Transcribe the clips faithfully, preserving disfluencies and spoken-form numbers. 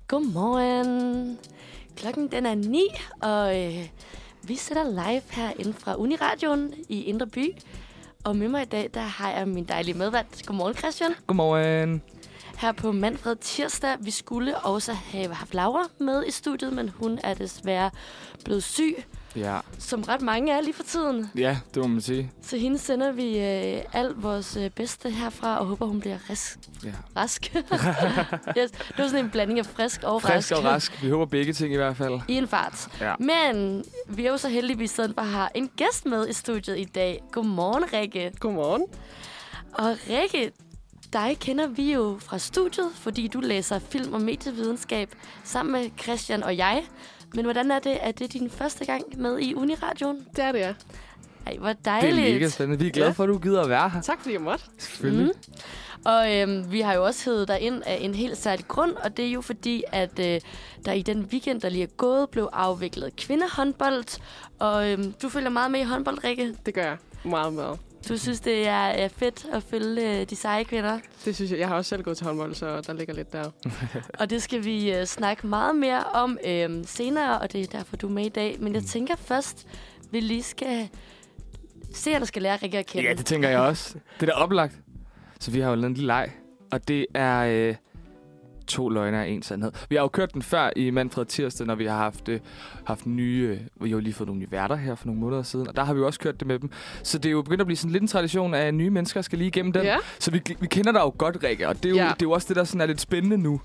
Godmorgen. Klokken den er ni, og øh, vi sætter live herinde fra Uniradioen i Indre By. Og med mig i dag, der har jeg min dejlige medvært. Godmorgen, Christian. Godmorgen. Her på Manfred Tirsdag. Vi skulle også have haft Laura med i studiet, men hun er desværre blevet syg. Ja. Som ret mange er lige for tiden. Ja, det må man sige. Så hende sender vi øh, alt vores øh, bedste herfra, og håber, hun bliver risk. Ja. rask. Yes. Det var sådan en blanding af frisk og Frisk rask. og rask. Vi håber begge ting i hvert fald. I en fart. Ja. Men vi er jo så heldige, at vi sådan bare har en gæst med i studiet i dag. Godmorgen, Rikke. Godmorgen. Og Rikke, dig kender vi jo fra studiet, fordi du læser film- og medievidenskab sammen med Christian og jeg. Men hvordan er det? Er det din første gang med i Uniradioen? Det er det, ja. Ej, hvor dejligt. Det er mega spændende. Vi er glade for, at du gider at være her. Tak fordi jeg måtte. Selvfølgelig. Mm. Og øhm, vi har jo også hævet dig ind af en helt særlig grund, og det er jo fordi, at øh, der i den weekend, der lige er gået, blev afviklet kvindehåndbold. Og øhm, du følger meget med i håndbold, Rikke. Det gør jeg meget med. Du synes, det er, er fedt at følge øh, de seje kvinder. Det synes jeg. Jeg har også selv gået til håndbold, så der ligger lidt der. Og det skal vi øh, snakke meget mere om øh, senere, og det er derfor, du er med i dag. Men jeg tænker først, vi lige skal se, at der skal lære Rikke at kende. Ja, det tænker jeg også. Det er da oplagt. Så vi har jo lavet en lille leg, og det er øh, to løgne og en sandhed. Vi har jo kørt den før i Manfred Tirsdag, når vi har haft, øh, haft nye... Øh, vi har jo lige fået nogle nye værter her for nogle måneder siden, og der har vi jo også kørt det med dem. Så det er jo begyndt at blive sådan lidt en tradition, at nye mennesker skal lige igennem den. Ja. Så vi, vi kender dig jo godt, Rikke, og det er jo, Ja. det er jo også det, der sådan er lidt spændende nu.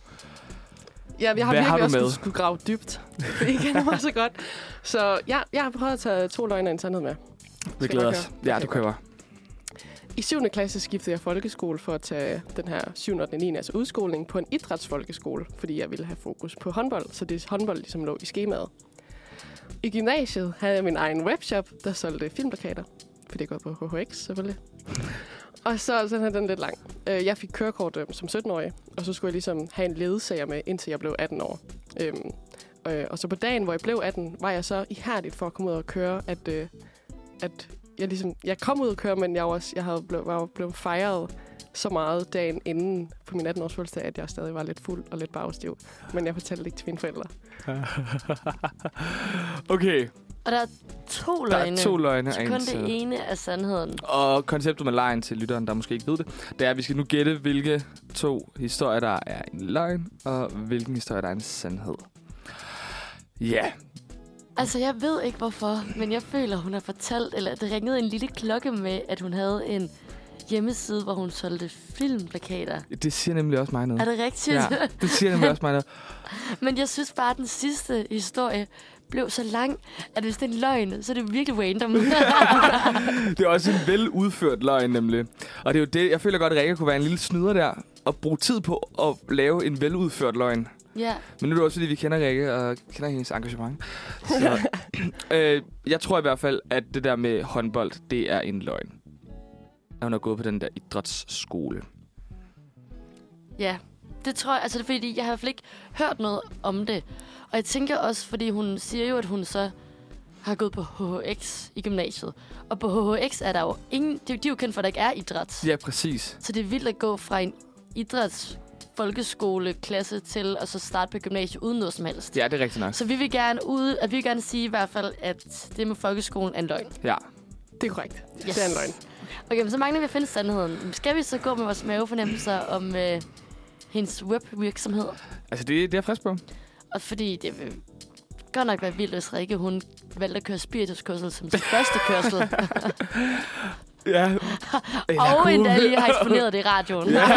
Ja, jeg har Hvad virkelig har du også med? skulle, skulle grave dybt. Det kender mig så godt. Så ja, jeg har prøvet at tage to løgne og en sandhed med. Vi Skal glæder jeg os. køre? Ja, Okay, du kører. I syvende klasse skiftede jeg folkeskole for at tage den her syvende og niende altså udskoling på en idrætsfolkeskole, fordi jeg ville have fokus på håndbold, så det er håndbold ligesom lå i skemaet. I gymnasiet havde jeg min egen webshop, der solgte filmplakater, fordi jeg går på H H X selvfølgelig. Og så sådan er den lidt lang. Jeg fik kørekort øh, som sytten-årig, og så skulle jeg ligesom have en ledsager med, indtil jeg blev atten år. Øhm, øh, og så på dagen, hvor jeg blev atten, var jeg så ihærdigt for at komme ud og køre, at, øh, at jeg ligesom, jeg kom ud og køre, men jeg var, også, jeg havde blevet, var blevet fejret så meget dagen inden på min atten-års fødselsdag, at jeg stadig var lidt fuld og lidt bagstiv. Men jeg fortalte det ikke til mine forældre. Okay. Og der er to Der løgne. er to løgne Så og kun en det sandhed. ene er sandheden. Og konceptet med lejen til lytteren, der måske ikke ved det, det er, at vi skal nu gætte, hvilke to historier, der er en løgn, og hvilken historie, der er en sandhed. Ja. Yeah. Altså, jeg ved ikke hvorfor, men jeg føler, hun har fortalt, eller det ringede en lille klokke med, at hun havde en hjemmeside, hvor hun solgte filmplakater. Det siger nemlig også mig noget. Er det rigtigt? Ja, det siger nemlig også mig noget. Men jeg synes bare, at den sidste historie blev så lang, at hvis det er en løgn, så er det virkelig random. Det er også en veludført løgn, nemlig. Og det er jo det, jeg føler godt, at Rikke kunne være en lille snyder der, og bruge tid på at lave en veludført løgn. Ja. Men nu er det også, fordi vi kender Rikke, og kender hendes engagement. Så, øh, jeg tror i hvert fald, at det der med håndbold, det er en løgn. At hun har gået på den der idrætsskole. Ja, det tror jeg, altså det er fordi, jeg har i hvert fald ikke hørt noget om det. Og jeg tænker også, fordi hun siger jo, at hun så har gået på H H X i gymnasiet. Og på H H X er der jo ingen, de, de er jo kendt for, at der ikke er idræt. Ja, præcis. Så det er vildt at gå fra en idræts folkeskoleklasse til og så starte på gymnasiet uden noget som helst. Ja, det er rigtigt nok. Så vi vil gerne ud, at vi vil gerne sige i hvert fald, at det med folkeskolen er en løgn. Ja. Det er korrekt. Yes. Det er en løgn. Okay, men så mangler vi at finde sandheden. Skal vi så gå med vores mavefornemmelser om øh, hendes webvirksomhed? Altså, det, det er jeg frisk på. Og fordi det vil godt nok være vildt, hvis Rikke, hun valgte at køre spirituskørsel som sin første kørsel. Ja. Og endda lige har eksponeret det i radioen. Ja,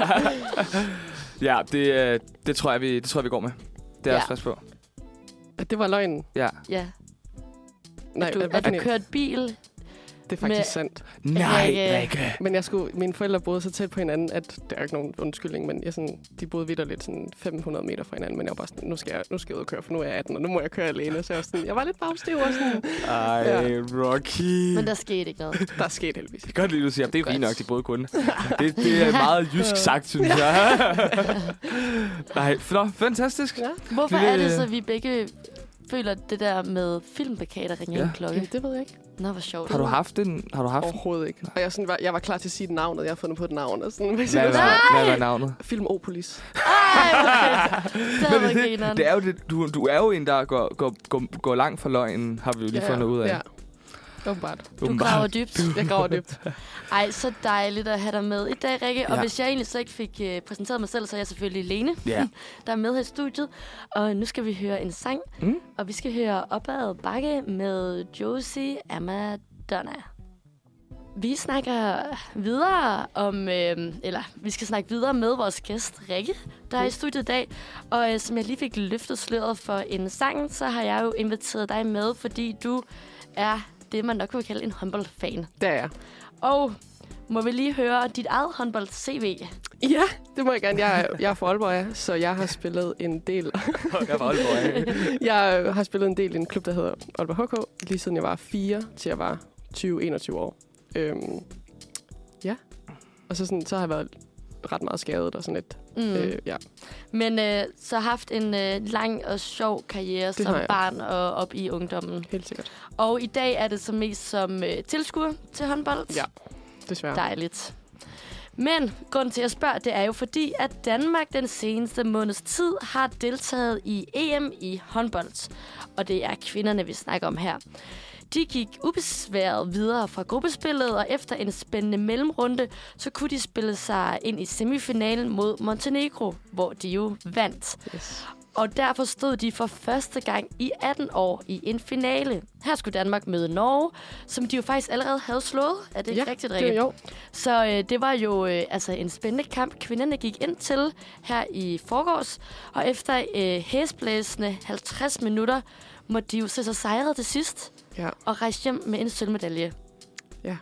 ja det, øh, det, tror jeg, vi, det tror jeg, vi går med. Det er jeg Ja. også frisk på. At det var løgnen. Ja. Ja. Nej, At du, hvad at for du en? kørte bil. Det er faktisk med- sandt. Nej, Rikke. Rikke. Men jeg skulle, mine forældre boede så tæt på hinanden, at det er ikke nogen undskyldning, men jeg sådan, de boede vidt og lidt sådan fem hundrede meter fra hinanden, men jeg var bare sådan, nu skal jeg, nu skal jeg ud og køre, for nu er jeg atten, og nu må jeg køre alene. Så jeg var, sådan, jeg var lidt bagstiv og sådan, Ej, Ja. Rocky. Men der skete ikke noget. der er sket heldigvis. Jeg kan godt lide, at du siger, det er Godt. fint nok, de både kun. Det, det er meget jysk sagt, synes jeg. Nej, flot. Fantastisk. Ja, Hvorfor Lille- er det så, at vi begge føler det der med filmplakater ringer Ja. en klokke? okay, det ved jeg ikke. Nå, hvor sjovt. Har du haft den? Har du haft? Overhovedet ikke. Og jeg, sådan, var, jeg var klar til at sige navnet, jeg har fundet på et navn. Og sådan, Hvad var, hvad var navnet? Filmopolis. Ej, hvor fedt. havde været det, grineren. det er jo det, du, du er jo en, der går, går, går, går langt for løgnen, har vi jo lige Ja, fundet ud af. Ja, åbenbart. Du graver dybt. Jeg graver dybt. Ej, så dejligt at have dig med i dag, Rikke. Og Ja. hvis jeg egentlig så ikke fik uh, præsenteret mig selv, så er jeg selvfølgelig Lene, Ja. der er med her i studiet. Og nu skal vi høre en sang, Mm. og vi skal høre Opad Bakke med Josie Amadonna. Vi snakker videre om, øh, eller vi skal snakke videre med vores gæst, Rikke, der er i studiet i dag. Og øh, som jeg lige fik løftet sløret for en sang, så har jeg jo inviteret dig med, fordi du er det, man nok vil kalde en håndboldfan. Det er jeg. Og må vi lige høre dit eget håndbold-C V? Ja, det må jeg gerne. Jeg er, jeg er fra Aalborg, ja, så jeg har spillet en del. Jeg var Aalborg. Jeg har spillet en del i en klub, der hedder Aalborg H K, lige siden jeg var fire til jeg var tyve enogtyve år. Øhm, ja, og så, sådan, så har jeg været ret meget skadet og sådan lidt. Mm. Øh, ja. Men øh, så har haft en øh, lang og sjov karriere Det som har jeg. barn og op i ungdommen. Helt sikkert. Og i dag er det så mest som øh, tilskuer til håndbold. Ja, desværre. Dejligt. Men grunden til at spørge, det er jo fordi, at Danmark den seneste måneds tid har deltaget i E M i håndbold. Og det er kvinderne, vi snakker om her. De gik ubesværet videre fra gruppespillet, og efter en spændende mellemrunde, så kunne de spille sig ind i semifinalen mod Montenegro, hvor de jo vandt. Yes. Og derfor stod de for første gang i atten år i en finale. Her skulle Danmark møde Norge, som de jo faktisk allerede havde slået. Er det ikke Ja, rigtigt, det Rikke? er jo. Så øh, det var jo øh, altså en spændende kamp, kvinderne gik ind til her i forgårs. Og efter øh, hæsblæsende halvtreds minutter, måtte de jo se sig sejret til sidst Ja. og rejse hjem med en sølvmedalje. Ja.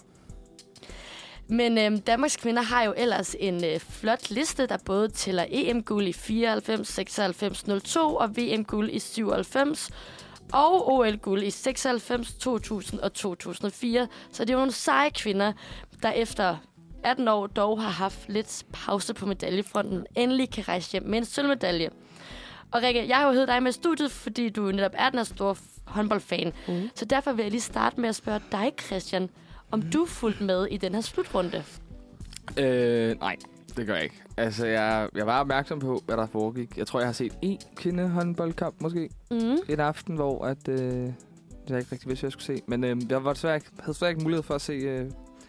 Men øh, Danmarks kvinder har jo ellers en øh, flot liste, der både tæller E M-guld i fireoghalvfems, seksoghalvfems, nul to og V M-guld i syvoghalvfems og O L-guld i seksoghalvfems, to tusind og to tusind og fire. Så det er jo nogle seje kvinder, der efter atten år dog har haft lidt pause på medaljefronten, endelig kan rejse hjem med en sølvmedalje. Og Rikke, jeg har jo hørt dig med i studiet, fordi du netop er den her store håndboldfan. Mm. Så derfor vil jeg lige starte med at spørge dig, Christian, om mm. du fulgte med i den her slutrunde. Øh, nej, det gør jeg ikke. Altså, jeg, jeg var opmærksom på, hvad der foregik. Jeg tror, jeg har set én kvindehåndboldkamp, måske. Mm. En aften, hvor at, øh, jeg ikke rigtig vidste, hvad jeg skulle se. Men øh, jeg var desværre ikke, havde desværre ikke mulighed for at se øh,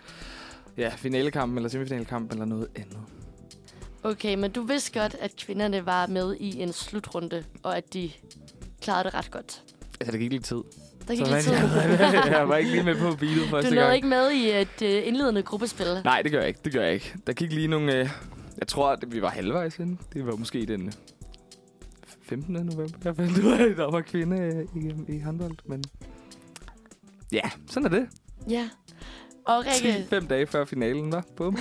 ja, finalekampen eller semifinalekampen eller noget andet. Okay, men du vidste godt, at kvinderne var med i en slutrunde, og at de klarede det ret godt. Altså, det gik lidt tid. Der gik Så lidt tid. Jeg, jeg var ikke lige med på beatet første Du gang. nåede ikke med i et uh, indledende gruppespil. Nej, det gør jeg ikke. Det gør jeg ikke. Der gik lige nogle... Øh, jeg tror, at vi var halvvejs inde. Det var måske den femtende november. Jeg fandt ud af, at der var kvinde øh, i, i håndbold. Men ja, sådan er det. Ja. Og Rikke, ti fem dage før finalen, var. Bum.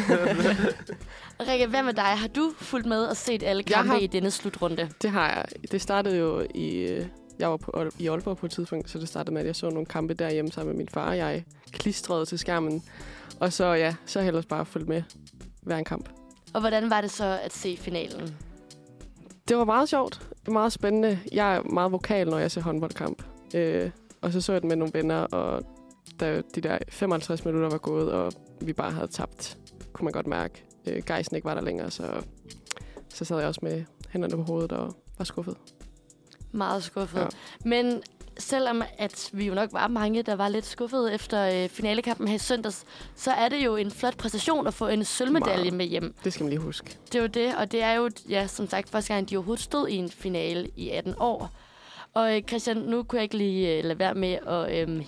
Rikke, hvad med dig? Har du fulgt med og set alle Jeg kampe har- i denne slutrunde? Det har jeg. Det startede jo i... øh, Jeg var på, i Aalborg på et tidspunkt, så det startede med, at jeg så nogle kampe derhjemme sammen med min far, og jeg klistrede til skærmen. Og så, ja, så har jeg ellers bare fulgt med hver en kamp. Og hvordan var det så at se finalen? Det var meget sjovt. Meget spændende. Jeg er meget vokal, når jeg ser håndboldkamp. Øh, og så så jeg den med nogle venner, og da de der femoghalvtreds minutter var gået, og vi bare havde tabt, kunne man godt mærke. Øh, Gejsen ikke var der længere, så, så sad jeg også med hænderne på hovedet og var skuffet. Meget skuffet. Ja. Men selvom at vi jo nok var mange, der var lidt skuffet efter øh, finalekampen her i søndags, så er det jo en flot præstation at få en sølvmedalje Meget. med hjem. Det skal man lige huske. Det er jo det, og det er jo, ja, som sagt, første gang, de overhovedet stod i en finale i atten år. Og øh, Christian, nu kunne jeg ikke lige øh, lade være med at øh,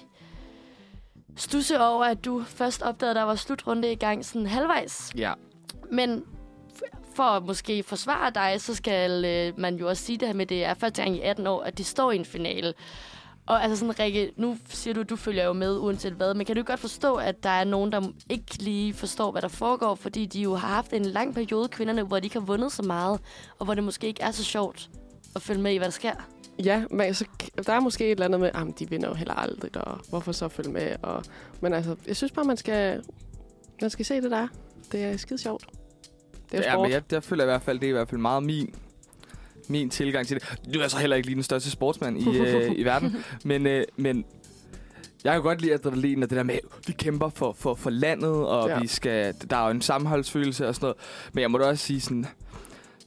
stusse over, at du først opdagede, at der var slutrunde i gang sådan halvvejs. Ja. Men f- for at måske forsvare dig, så skal øh, man jo også sige det her med, at det er første gang i atten år, at de står i en finale. Og altså sådan, Rikke, nu siger du, at du følger jo med uanset hvad, men kan du godt forstå, at der er nogen, der ikke lige forstår, hvad der foregår, fordi de jo har haft en lang periode, kvinderne, hvor de ikke har vundet så meget, og hvor det måske ikke er så sjovt at følge med i, hvad der sker? Ja, men altså, der er måske et eller andet med, at de vinder jo heller aldrig, og hvorfor så følge med? Og, men altså, jeg synes bare, man skal, man skal se det der. Det er skide sjovt. Det er Ja, sport. men jeg, jeg føler i hvert fald, det er i hvert fald meget min, min tilgang til det. Du er så heller ikke lige den største sportsmand i, øh, i verden, men, øh, men jeg kan godt lide adrenalin og det der med, vi kæmper for, for, for landet, og Ja. vi skal, der er jo en sammenholdsfølelse og sådan noget. Men jeg må da også sige sådan,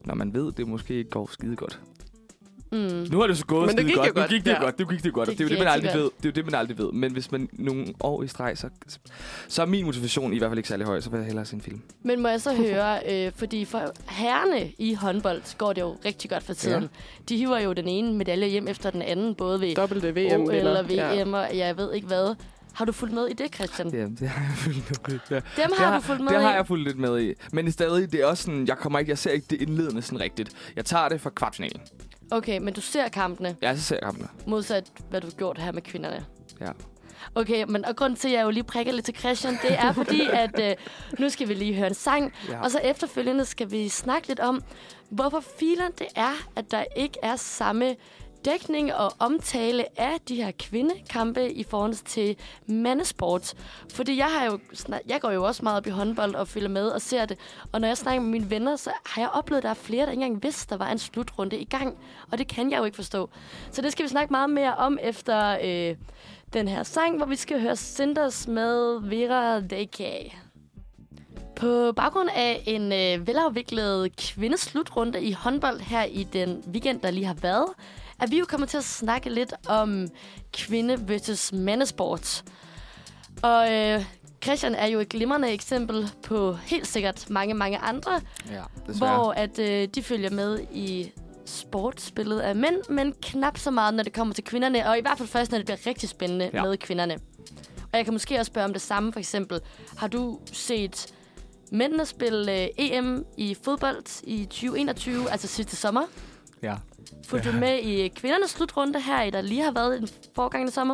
når man ved, det måske ikke går skide godt. Mm. Nu har det så gået Men det skide gik godt. jo godt. Nu gik det jo Ja. godt. Nu gik det jo godt. Det Det, det er jo gik det, man rigtig aldrig godt. ved. Det er jo det, man aldrig ved. Men hvis man nogle år i streg, så, så er min motivation i hvert fald ikke særlig høj. Så vil jeg hellere se en film. Men må jeg så høre, øh, fordi for herrene i håndbold går det jo rigtig godt for tiden. Ja. De hiver jo den ene medalje hjem efter den anden, både ved W M O L og V M, Ja. og jeg ved ikke hvad. Har du fulgt med i det, Christian? Ja, det har jeg fulgt med i. Ja. Dem har, har du fulgt med det i? har jeg fulgt lidt med i. Men i stadig, det er også sådan, jeg kommer ikke, jeg ser ikke det indledende sådan rigtigt. Jeg tager det fra kvartfinalen. Okay, men du ser kampene, Ja, så ser jeg kampene. modsat hvad du har gjort her med kvinderne. Ja. Okay, men og grunden til, at jeg jo lige prikker lidt til Christian, det er fordi, at øh, nu skal vi lige høre en sang, Ja. og så efterfølgende skal vi snakke lidt om, hvorfor filen det er, at der ikke er samme dækning og omtale af de her kvindekampe i forhold til mandesport. Fordi jeg har jo snak- jeg går jo også meget op i håndbold og følger med og ser det. Og når jeg snakker med mine venner, så har jeg oplevet, at der er flere, der ikke engang vidste, der var en slutrunde i gang. Og det kan jeg jo ikke forstå. Så det skal vi snakke meget mere om efter øh, den her sang, hvor vi skal høre Cinders med Vera Dake. På baggrund af en øh, velafviklet kvindeslutrunde i håndbold her i den weekend, der lige har været, er vi jo kommet til at snakke lidt om kvinde versus mandesport. Og øh, Christian er jo et glimrende eksempel på helt sikkert mange, mange andre, Ja, hvor at, øh, de følger med i sportsspillet af mænd, men knap så meget, når det kommer til kvinderne, og i hvert fald først, når det bliver rigtig spændende Ja. med kvinderne. Og jeg kan måske også spørge om det samme, for eksempel. Har du set mændene spille øh, E M i fodbold i tyve enogtyve, altså sidste sommer? Ja. Fulgte du med i kvindernes slutrunde her, der lige har været den forgangne sommer?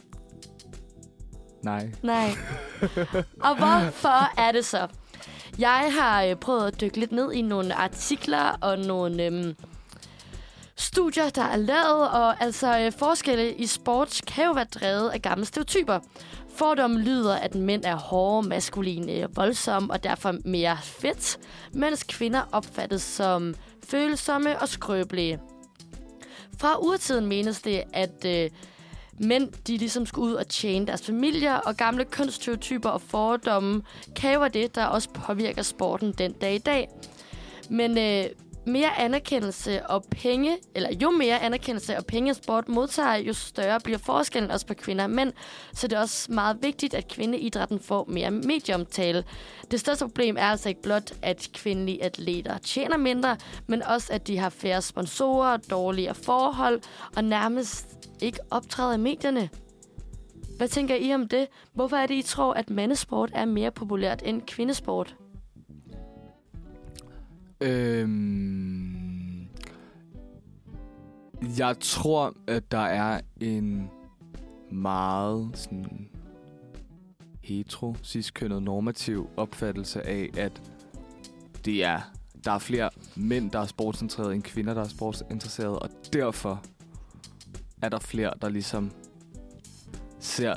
Nej. Nej. Og hvorfor er det så? Jeg har øh, prøvet at dykke lidt ned i nogle artikler og nogle øhm, studier, der er lavet. Og altså øh, forskelle i sport kan jo være drevet af gamle stereotyper. Fordommen lyder, at mænd er hårde, maskuline og voldsomme og derfor mere fedt, mens kvinder opfattes som følsomme og skrøbelige. Fra urtiden menes det, at øh, mænd de ligesom skulle ud og tjene deres familier, og gamle kønsstereotyper og fordomme kræver det, der også påvirker sporten den dag i dag. Men øh, mere anerkendelse og penge, eller jo mere anerkendelse og penge sport modtager, jo større bliver forskellen også på kvinder og mænd. Så det er også meget vigtigt, at kvindeidrætten får mere medieomtale. Det største problem er altså ikke blot, at kvindelige atleter tjener mindre, men også, at de har færre sponsorer, dårligere forhold og nærmest ikke optræder i medierne. Hvad tænker I om det? Hvorfor er det, I tror, at mandesport er mere populært end kvindesport? Øhm, jeg tror, at der er en meget sådan hetero, cis-kønnet normativ opfattelse af, at det er, der er flere mænd, der er sportsinteresserede, end kvinder, der er sportsinteresserede, og derfor er der flere, der ligesom ser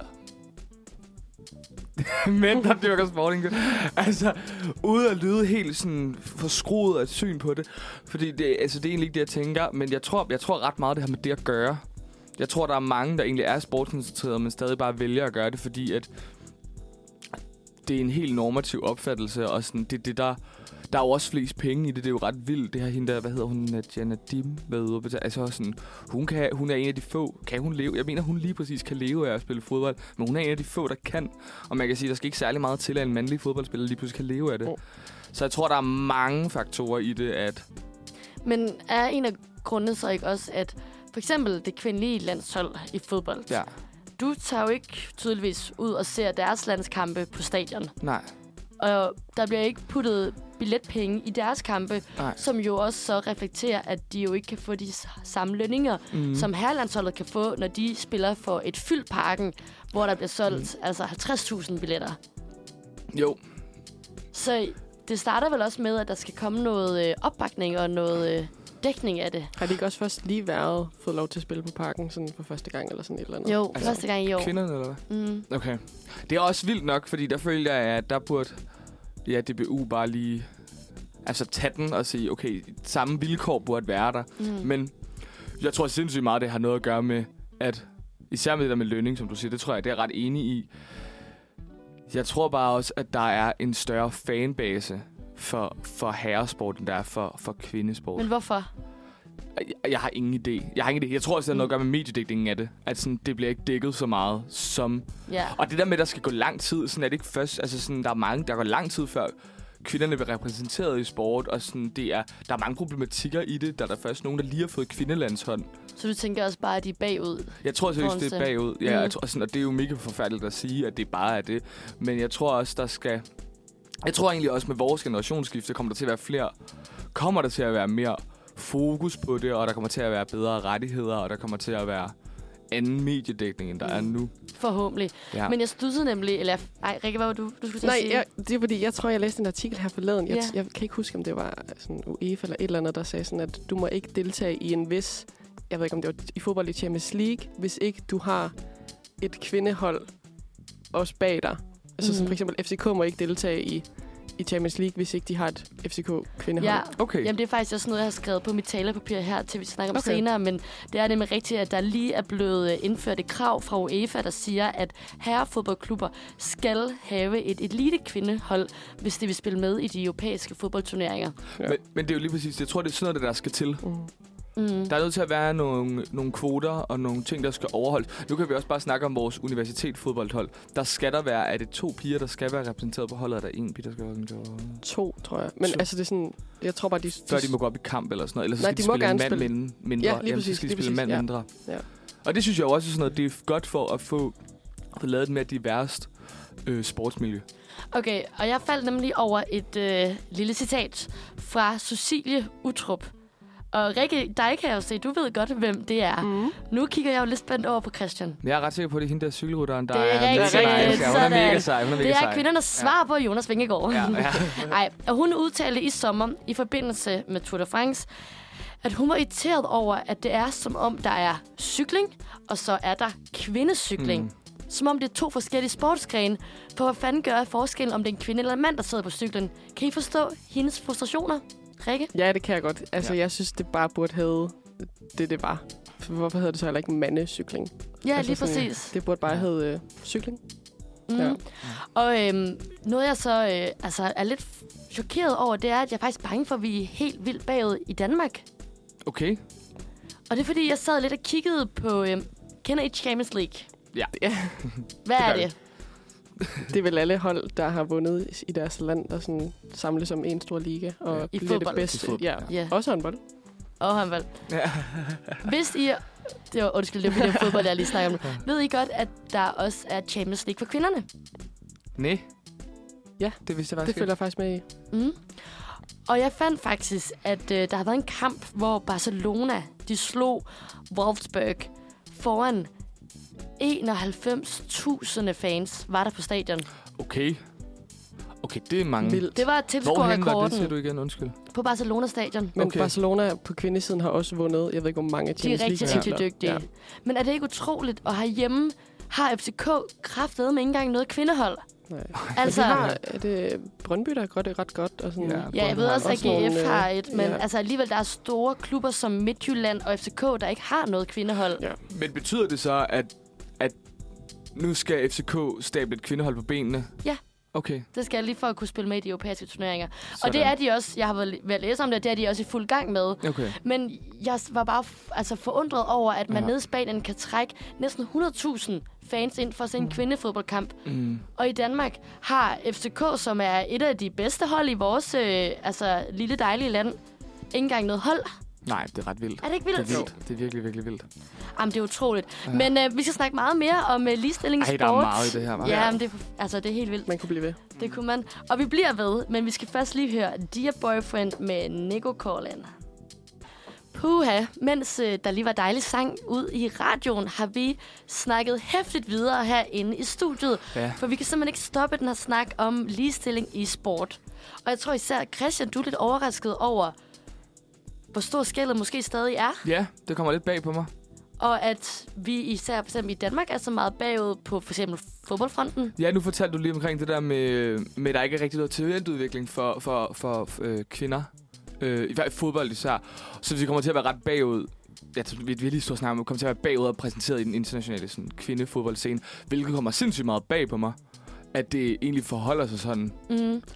mænd, der dyrker sporting. Altså, ude at lyde helt sådan forskruet af et syn på det. Fordi det, altså, det er egentlig ikke det, jeg tænker. Men jeg tror, jeg tror ret meget, det har med det at gøre. Jeg tror, der er mange, der egentlig er sportskoncentrerede, men stadig bare vælger at gøre det, fordi at det er en helt normativ opfattelse. Og sådan, det, det der, der er jo også flest penge i det. Det er jo ret vildt. Det her hende der, hvad hedder hun, Jana Dim, ved, altså sådan, hun, kan, hun er en af de få, kan hun leve? Jeg mener, hun lige præcis kan leve af at spille fodbold, men hun er en af de få, der kan. Og man kan sige, der skal ikke særlig meget til, at en mandlig fodboldspiller lige pludselig kan leve af det. Oh. Så jeg tror, der er mange faktorer i det, at... Men er en af grundene så ikke også, at for eksempel det kvindelige landshold i fodbold, Ja. du tager jo ikke tydeligvis ud og ser deres landskampe på stadion. Nej. Og der bliver ikke puttet billetpenge i deres kampe, Nej. som jo også så reflekterer, at de jo ikke kan få de samme lønninger, mm. som herrelandsholdet kan få, når de spiller for et fyldt parken, hvor der bliver solgt mm. altså halvtreds tusind billetter. Jo. Så det starter vel også med, at der skal komme noget øh, opbakning og noget øh, dækning af det. Har de ikke også først lige været fået lov til at spille på parken sådan for første gang eller sådan et eller andet? Jo, Altså, første gang i år. Kvinderne, eller hvad? Mm. Okay. Det er også vildt nok, fordi der føler jeg, at der burde ja, D B U bare lige altså tage den og sige, okay, samme vilkår burde være der. Mm. Men jeg tror sindssygt meget, det har noget at gøre med, at især med det der med lønning, som du siger, det tror jeg, det er jeg ret enig i. Jeg tror bare også, at der er en større fanbase for, for herresport, end der er for, for kvindesport. Men hvorfor? Jeg, jeg har ingen idé. Jeg har ingen idé. Jeg tror også, det har noget at gøre med mediedækningen af det. At sådan, det bliver ikke dækket så meget som... Ja. Og det der med, at der skal gå lang tid, sådan er det ikke først... Altså sådan, der er mange, der går lang tid før kvinderne bliver repræsenteret i sport, og sådan, det er, der er mange problematikker i det. Der er der først nogen, der lige har fået kvindelandshånd. Så du tænker også bare, at de er bagud? Jeg tror seriøst, det er bagud. Ja, mm. jeg tror, sådan, og det er jo mega forfærdeligt at sige, at det bare er det. Men jeg tror også, der skal... Jeg tror egentlig også, med vores generationsskifte kommer der til at være flere... Kommer der til at være mere fokus på det, og der kommer til at være bedre rettigheder, og der kommer til at være anden mediedækning, end der mm. er nu. Forhåbentlig. Ja. Men jeg studsede nemlig... Eller, ej, Rikke, hvad var du, du skulle til Nej, at sige? jeg, det er fordi, jeg tror, jeg læste en artikel her forleden. Jeg, Ja. jeg kan ikke huske, om det var sådan UEFA eller et eller andet, der sagde sådan, at du må ikke deltage i en vis... Jeg ved ikke, om det var i fodbold i Champions League, hvis ikke du har et kvindehold også bag dig. Altså mm. som for eksempel F C K må ikke deltage i, i Champions League, hvis ikke de har et F C K-kvindehold. Ja, Okay. Jamen, det er faktisk også noget, jeg har skrevet på mit talepapir her, til vi snakker om Okay. senere, men det er nemlig rigtigt, at der lige er blevet indført et krav fra UEFA, der siger, at herrefodboldklubber skal have et elite-kvindehold, hvis de vil spille med i de europæiske fodboldturneringer. Ja. Men, men det er jo lige præcis, jeg tror, det er sådan noget, der skal til. Mm. Mm. Der er nødt til at være nogle, nogle kvoter og nogle ting, der skal overholdes. Nu kan vi også bare snakke om vores universitetsfodboldhold. Der skal der være, er det to piger, der skal være repræsenteret på holdet, og der er en pige, der skal være repræsenteret? To, tror jeg. Men To. altså, det er sådan... Jeg tror bare, de... Før de må gå op i kamp eller sådan noget. Eller så Nej, skal de de, må spille en gerne mand spille- mindre. mindre. Ja, lige Jamen, præcis, så skal de lige spille en mand præcis, ja. mindre. Ja. Og det synes jeg jo også er sådan noget, det er godt for at få, få lavet et mere diverst øh, sportsmiljø. Okay, og jeg faldt nemlig over et øh, lille citat fra Cecilie Utrup. Og Rikke, dig kan jeg jo se, du ved godt, hvem det er. Mm. Nu kigger jeg jo lidt spændt over på Christian. Men jeg er ret sikker på, at det er hende der cykelrytteren, der Det er mega rigtigt. nice. Ja, hun er Sådan. mega sej. Hun er mega Det er sej. kvindernes svar på Jonas Vingegaard. Ja, ja. Ej, og hun udtalte i sommer, i forbindelse med Tour de France, at hun var irriteret over, at det er som om, der er cykling, og så er der kvindecykling. Mm. Som om det er to forskellige sportsgrene. For hvad fanden gør forskellen, om det er en kvinde eller en mand, der sidder på cyklen? Kan I forstå hendes frustrationer, Rikke? Ja, det kan jeg godt. Altså, Ja. ja. jeg synes, det bare burde hedde det, det var. For hvorfor hedder det så heller ikke mandecykling? Ja, Altså lige sådan, præcis. Det burde bare hedde øh, cykling. Mm. Ja. Og øhm, noget, jeg så øh, altså, er lidt chokeret over, det er, at jeg er faktisk bange for, at vi er helt vildt bagud i Danmark. Okay. Og det er, fordi jeg sad lidt og kiggede på... Øh, kender I Champions League? Ja. Ja. Hvad Det er gør det? Det er vel alle hold, der har vundet i deres land, der sådan samles om en stor liga. Og Ja. I bliver fodbold. det bedste. I fodbold, Ja. ja. Også håndbold. Og håndbold. Ja. Hvis I... Det var, undskyld, det var fordi, det var fodbold, jeg lige snakker om. Ved I godt, at der også er Champions League for kvinderne? Nej. Ja. Det vidste jeg Det faktisk følger jeg faktisk med i. Mm. Og jeg fandt faktisk, at øh, der har været en kamp, hvor Barcelona, de slog Wolfsburg foran enoghalvfems tusind fans, var der på stadion. Okay. Okay, det er mange. Vildt. Det var Hvorhen var det, tilskuerrekorden siger du igen? Undskyld. på Barcelona stadion. Men Okay. Barcelona på kvindesiden har også vundet, jeg ved ikke, hvor mange De Champions er rigtig, League rigtig dygtige. Ja. Men er det ikke utroligt, at herhjemme har F C K kraftedeme med ikke engang noget kvindehold? Nej. Altså, Altså, har, er det Brøndby, der gør det ret godt? Og sådan, Ja. ja, jeg ved også, at Også nogle, G F øh, har et, men ja. altså alligevel, der er store klubber som Midtjylland og F C K, der ikke har noget kvindehold. Ja. Men betyder det så, at, at nu skal F C K stable et kvindehold på benene? Ja. Okay. Det skal jeg lige for at kunne spille med i de europæiske turneringer. Sådan. Og det er de også, jeg har været ved at læse om det, det er de også i fuld gang med. Okay. Men jeg var bare f- altså forundret over, at man Ja. nede i Spanien kan trække næsten hundrede tusind fans ind for at se en kvindefodboldkamp. Mm. Og i Danmark har F C K, som er et af de bedste hold i vores øh, altså, lille dejlige land, ikke engang noget hold. Nej, det er ret vildt. Er det ikke Det vildt? er vildt. Det er virkelig, virkelig vildt. Jamen, det er utroligt. Ja. Men øh, vi skal snakke meget mere om øh, ligestilling i Ej, sport. der er meget i det her, hva'? Ja, men det, er- altså, det er helt vildt. Man kunne blive ved. Det kunne man. Og vi bliver ved, men vi skal først lige høre Dear Boyfriend med Nico Corlin. Puha, mens øh, der lige var dejlig sang ud i radioen, har vi snakket hæftigt videre herinde i studiet. Ja. For vi kan simpelthen ikke stoppe den her snak om ligestilling i sport. Og jeg tror især, Christian, du er lidt overrasket over, hvor stor skældet måske stadig er. Ja, det kommer lidt bag på mig. Og at vi især for eksempel i Danmark er så meget bagud på for eksempel fodboldfronten. Ja, nu fortalte du lige omkring det der med, med at der ikke er rigtig noget talentudvikling for, for, for øh, kvinder. Øh, I hvert fald fodbold især. Så vi kommer til at være ret bagud. Ja, vi vi har lige stået og snakket om, at vi kommer til at være bagud og præsenteret i den internationale sådan, kvindefodboldscene. Hvilket kommer sindssygt meget bag på mig. At det egentlig forholder sig sådan. Mm.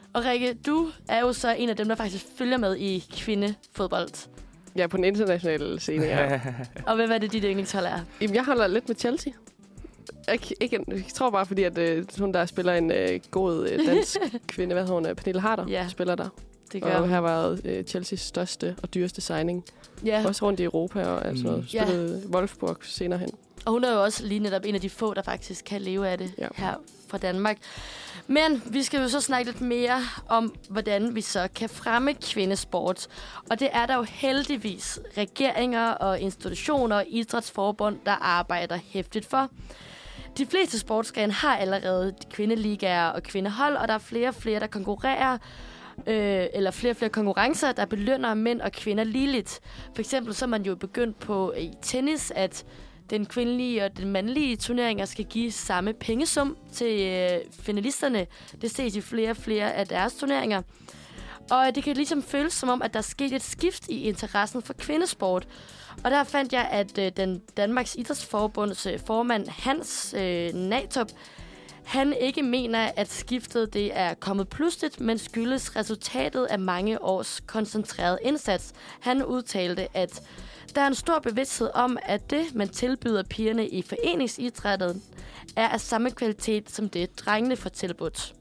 Og Rikke, du er jo så en af dem, der faktisk følger med i kvindefodbold. Ja, på den internationale scene, ja. Og hvad er det, dit yndlingshold er? Jamen, jeg holder lidt med Chelsea. Jeg, ikke, jeg tror bare, fordi at, øh, hun der spiller en øh, god øh, dansk kvinde, hvad hedder hun, Pernille Harder, Ja. spiller der. Det gør Og hun. her var øh, Chelseas største og dyreste signing. Ja. Også rundt i Europa, og altså, Mm. mm. spillede ja. Wolfsburg senere hen. Og hun er jo også lige netop en af de få, der faktisk kan leve af det Ja. her fra Danmark. Men vi skal jo så snakke lidt mere om, hvordan vi så kan fremme kvindesport. Og det er der jo heldigvis regeringer og institutioner og idrætsforbund, der arbejder hæftigt for. De fleste sportsgrene har allerede kvindeligaer og kvindehold, og der er flere og flere, der konkurrerer, øh, eller flere og flere konkurrencer, der belønner mænd og kvinder ligeligt. For eksempel så er man jo begyndt på i tennis, at den kvindelige og den mandlige turneringer skal give samme pengesum til øh, finalisterne. Det ses i flere og flere af deres turneringer. Og det kan ligesom føles som om, at der er sket et skift i interessen for kvindesport. Og der fandt jeg, at øh, den Danmarks Idrætsforbunds øh, formand Hans øh, Natop, han ikke mener, at skiftet det er kommet pludseligt, men skyldes resultatet af mange års koncentreret indsats. Han udtalte, at der er en stor bevidsthed om, at det, man tilbyder pigerne i foreningsidrættet, er af samme kvalitet som det, drengene får tilbudt.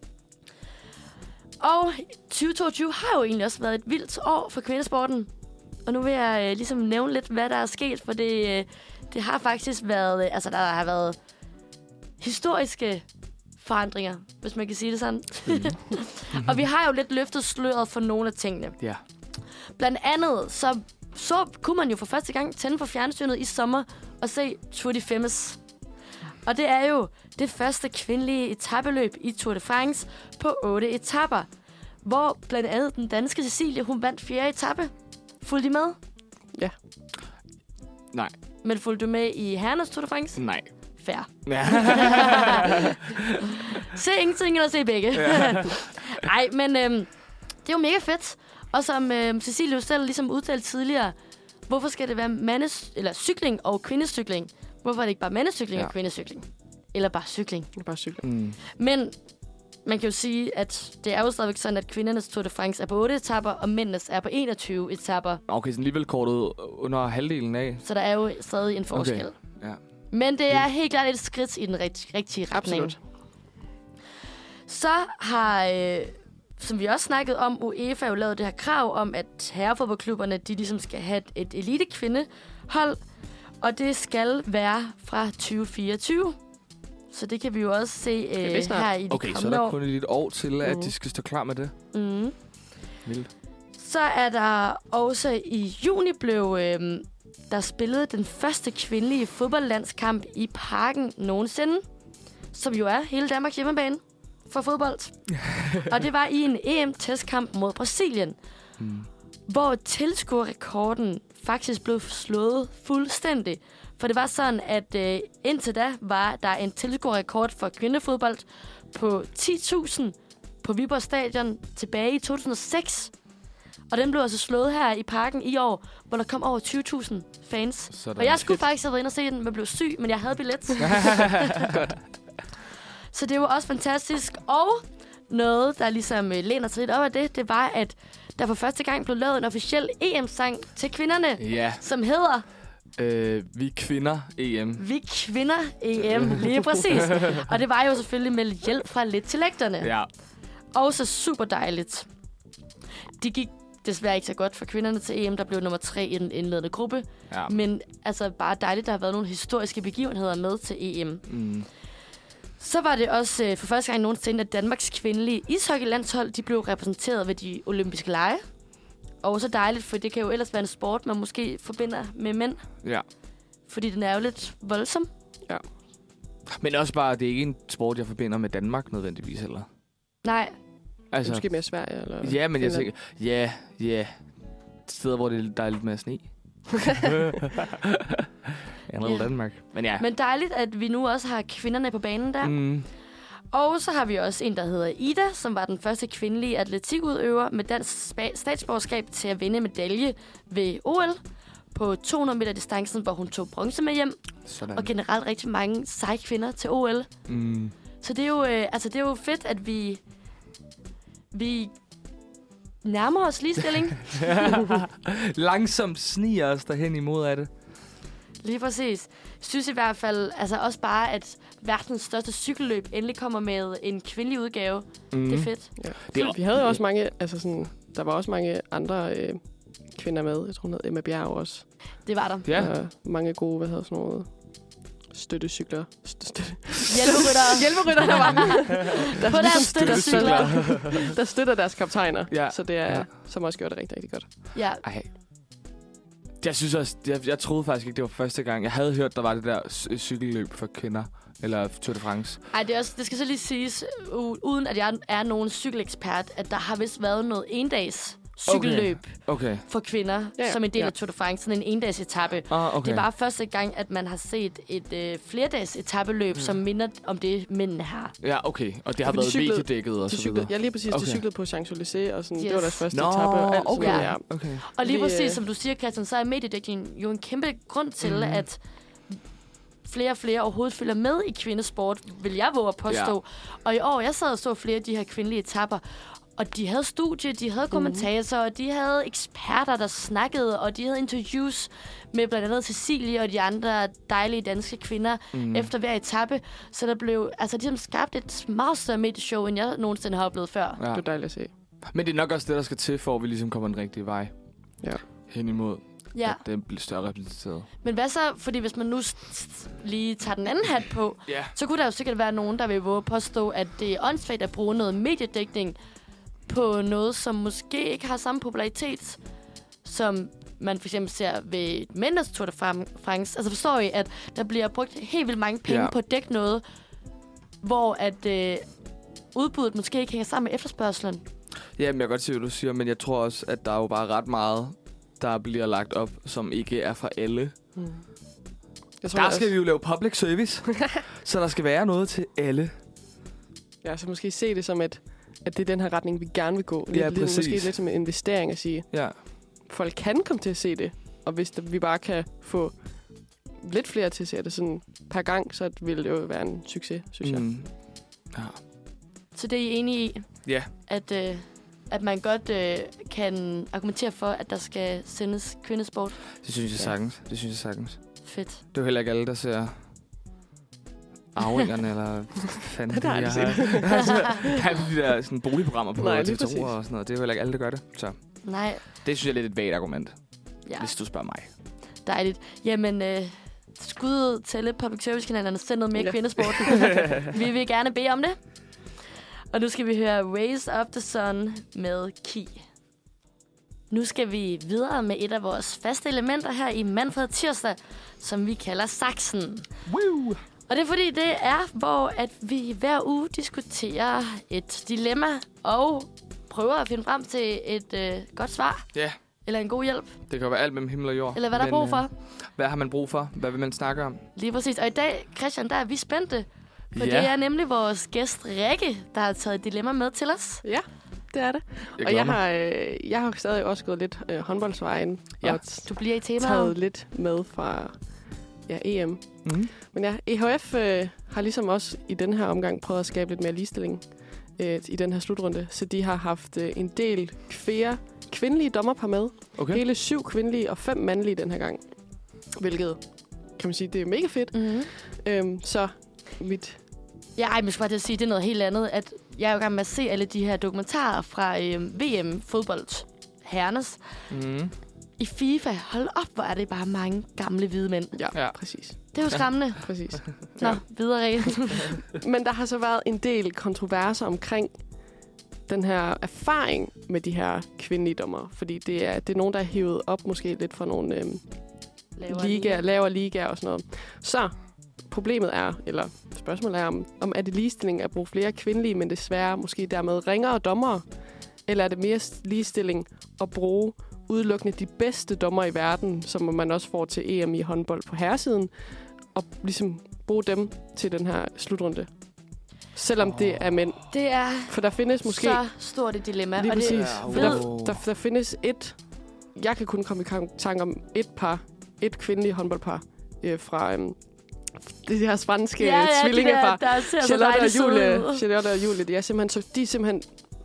Og tyve toogtyve har jo egentlig også været et vildt år for kvindesporten. Og nu vil jeg øh, ligesom nævne lidt, hvad der er sket, for det, øh, det har faktisk været, øh, altså der har været historiske forandringer, hvis man kan sige det sådan. Mm. Og vi har jo lidt løftet sløret for nogle af tingene. Ja. Blandt andet, så, så kunne man jo for første gang tænde på fjernsynet i sommer og se Tour de Femmes. Og det er jo det første kvindelige etapeløb i Tour de France på otte etapper, hvor blandt andet den danske Cecilie, hun vandt fjerde etape. Fulgte I med? Ja. Nej. Men fulgte du med i herrenes Tour de France? Nej. Fair. Ja. Se ingenting eller se begge. Nej, men øhm, det er jo mega fedt. Og som øhm, Cecilie jo selv ligesom udtalte tidligere, hvorfor skal det være mandes, eller cykling og kvindecykling? Hvorfor er det ikke bare mandecykling ja. og kvindecykling? Eller bare cykling? Det er bare cykling. Mm. Men man kan jo sige, at det er jo stadigvæk sådan, at kvindernes Tour de France er på otte etapper, og mændenes er på enogtyve etapper. Okay, så alligevel kortet under halvdelen af. Så der er jo stadig en forskel. Okay. Ja. Men det er helt klart et skridt i den rigt- rigtige retning. Absolut. Så har, øh, som vi også snakkede om, UEFA jo lavet det her krav om, at herrefodboldklubberne, de ligesom skal have et, et elite-kvindehold, og det skal være fra tyve fireogtyve. Så det kan vi jo også se øh, her i de Okay, så er kommende der år. kun et år til, at Mhm. de skal stå klar med det. Mm. Vildt. Så er der også i juni blev øh, der spillet den første kvindelige fodboldlandskamp i Parken nogensinde, som jo er hele Danmarks hjemmebane for fodbold. Og det var i en E M-testkamp mod Brasilien, Mm. hvor tilskuerrekorden faktisk blev slået fuldstændig. For det var sådan, at øh, indtil da var der en tilskuerrekord for kvindefodbold på ti tusind på Viborg Stadion tilbage i to tusind og seks. Og den blev altså slået her i Parken i år, hvor der kom over tyve tusind fans. Sådan. Og jeg skulle faktisk have været inde og se den, men blev syg, men jeg havde billet. Så det var også fantastisk. Og noget, der ligesom øh, læner sig lidt op af det, det var, at der for første gang blev lavet en officiel E M-sang til kvinderne, Ja, som hedder øh, vi kvinder E M. Vi Kvinder E M, lige præcis. Og det var jo selvfølgelig med hjælp fra lidt til lægterne. Ja. Også super dejligt. De gik desværre ikke så godt for kvinderne til E M, der blev nummer tre i den indledende gruppe. Ja. Men altså bare dejligt, der har været nogle historiske begivenheder med til E M. Mm. Så var det også øh, for første gang nogensinde, at Danmarks kvindelige ishockeylandshold, de blev repræsenteret ved de olympiske lege. Og så dejligt, for det kan jo ellers være en sport, man måske forbinder med mænd. Ja. Fordi den er jo lidt voldsom. Men også bare, det er ikke en sport, jeg forbinder med Danmark nødvendigvis heller. Nej, Altså, Måske mere Sverige, eller... ja, men jeg Finland. tænker, ja, ja. Steder, hvor det, der er lidt mere sne. Ja, noget Ja. Danmark. Men ja. men dejligt, at vi nu også har kvinderne på banen der. Mm. Og så har vi også en, der hedder Ida, som var den første kvindelige atletikudøver med dansk spa- statsborgerskab til at vinde medalje ved O L på to hundrede meter distancen, hvor hun tog bronze med hjem. Sådan. Og generelt rigtig mange seje kvinder til O L. Mm. Så det er jo, øh, altså det er jo fedt, at vi, vi nærmer os ligestilling. Langsomt sniger os derhen imod af det. Lige præcis. Jeg synes i hvert fald altså også bare, at verdens største cykelløb endelig kommer med en kvindelig udgave. Mm. Det er fedt. Ja. Det er, vi havde jo også mange, altså sådan, der var også mange andre øh, kvinder med. Jeg tror, hun hed Emma Bjerg også. Det var der. Ja. Og mange gode, hvad hedder sådan noget, støttecykler. Støtte. Hjælperytter. Hjælperytter, der var der på deres støttecykler. Der støtter deres kaptajner. Ja. Så det er, ja. som også gjorde det rigtig, rigtig godt. Ja. Ej. Jeg synes også, jeg, jeg troede faktisk ikke, det var første gang. Jeg havde hørt, der var det der cykelløb for kvinder. Eller Tour de France. Ej, det, er også, det skal så lige siges, u- uden at jeg er nogen cykelekspert, at der har vist været noget endags cykelløb okay. Okay. for kvinder, ja, som en del ja. af Tour de France, sådan en endags etape. Ah, okay. Det er bare første gang, at man har set et øh, flerdags etapeløb, mm. som minder om det, mændene har. Ja, okay. Og det har ja, været cyklede, mediedækket og så cyklede, videre. Ja, lige præcis. Okay. De cyklede på Champs-Élysées, og sådan, yes. det var deres første Nå, etape. Og alt okay. sådan, Ja. ja. Okay. Og lige Vi, præcis, øh, som du siger, Christian, så er mediedækningen jo en kæmpe grund til, mm. at flere og flere overhovedet følger med i kvindesport, vil jeg våge at påstå. Ja. Og i år, jeg sad og så flere af de her kvindelige etapper, og de havde studier, de havde kommentatorer, mm. de havde eksperter, der snakkede, og de havde interviews med blandt andet Cecilie og de andre dejlige danske kvinder mm. efter hver etape. Så der blev, altså de har skabt et meget større medieshow, end jeg nogensinde har oplevet før. Ja. Det er dejligt at se. Men det er nok også det, der skal til, for at vi ligesom kommer den rigtige vej. Ja. Hen imod, Ja. at det bliver større repræsenteret. Men hvad så, fordi hvis man nu lige tager den anden hat på, Ja. så kunne der jo sikkert være nogen, der vil våge at påstå, at det er åndssvagt at bruge noget mediedækning på noget, som måske ikke har samme popularitet, som man for eksempel ser ved mændenes Tour de France. Altså forstår I, at der bliver brugt helt vildt mange penge Ja. på at dække noget, hvor at øh, udbuddet måske ikke hænger sammen med efterspørgselen. Ja, men jeg kan godt se, hvad du siger, men jeg tror også, at der er jo bare ret meget, der bliver lagt op, som ikke er for alle. Mm. Jeg tror Der også, skal vi jo lave public service, så der skal være noget til alle. Ja, så måske se det som, et, at det er den her retning, vi gerne vil gå. Lidt, Ja, lidt, præcis. måske lidt som en investering at sige, Ja. folk kan komme til at se det, og hvis der, vi bare kan få lidt flere til at se det sådan per gang, så vil det jo være en succes, synes jeg. Mm. Ja. Så det er I enige i, Ja. at, øh, at man godt øh, kan argumentere for, at der skal sendes kvindesport? Det synes jeg Ja. sagtens. Det synes jeg sagtens. Fedt. Det er jo heller ikke alle, der ser Arvingerne, eller hvad fanden Det har jeg aldrig har. Altså, der er de der sådan, boligprogrammer på Nej, T lige V to præcis. og sådan noget. Det er jo heller ikke alle, der gør det. Så Nej, det synes jeg er lidt et vagt argument, ja, hvis du spørger mig. dejligt. Jamen, øh, skud ud til alle public service-kanalerne, send noget mere Ja. kvindesport. Vi vil gerne bede om det. Og nu skal vi høre Rays of the Sun med Key. Nu skal vi videre med et af vores faste elementer her i Manfred Tirsdag, som vi kalder Saksen. Woo! Og det er fordi, det er, hvor at vi hver uge diskuterer et dilemma og prøver at finde frem til et øh, godt svar. Ja, Eller en god hjælp. det kan jo være alt mellem himmel og jord. Eller hvad der er Men, brug for. øh, Hvad har man brug for? Hvad vil man snakke om? Lige præcis. Og i dag, Christian, der er vi spændte. For Ja. det er nemlig vores gæst Rikke, der har taget et dilemma med til os. Ja, det er det. Jeg og glæder jeg mig. har, øh, jeg har stadig også gået lidt øh, håndboldsvejen Ja. og t- Du bliver i temaet. taget lidt med fra ja, E M. Mm. Men ja, E H F øh, har ligesom også i den her omgang prøvet at skabe lidt mere ligestilling øh, i den her slutrunde. Så de har haft øh, en del flere kvindelige dommerpar med. Okay. Hele syv kvindelige og fem mandlige den her gang. Hvilket, kan man sige, det er mega fedt. Mm-hmm. Øhm, så mit... Ja, ej, men jeg skal bare til at sige, det er noget helt andet. At jeg er jo i gang med at se alle de her dokumentarer fra øh, V M-fodbold herrenes. Mm. I FIFA, hold op, hvor er det bare mange gamle hvide mænd. Ja, Ja. ja. præcis. Det er jo skræmmende. præcis. Nå, Ja. videre, Rikke. Men der har så været en del kontroverser omkring den her erfaring med de her kvindelige dommer. Fordi det er, det er nogen, der er hævet op måske lidt fra nogle øhm, ligaer, lavere ligaer og sådan noget. Så problemet er, eller spørgsmålet er, om, om er det ligestilling at bruge flere kvindelige, men desværre måske dermed ringere dommere? Eller er det mere ligestilling at bruge udelukkende de bedste dommer i verden, som man også får til E M i håndbold på herresiden, og ligesom bruge dem til den her slutrunde? Selvom oh. det er mænd. Det er For der findes måske... så stort et dilemma. Lige og det, præcis. Ja, For der, wow. der, der findes et... Jeg kan kun komme i tanke om et par, et kvindeligt håndboldpar øh, fra øhm, det her spanske ja, ja, tvillingepar. de der, der ser så Charlotte og dejligt søde Julie, ud. Charlotte og Julie, de er simpelthen, så, de er simpelthen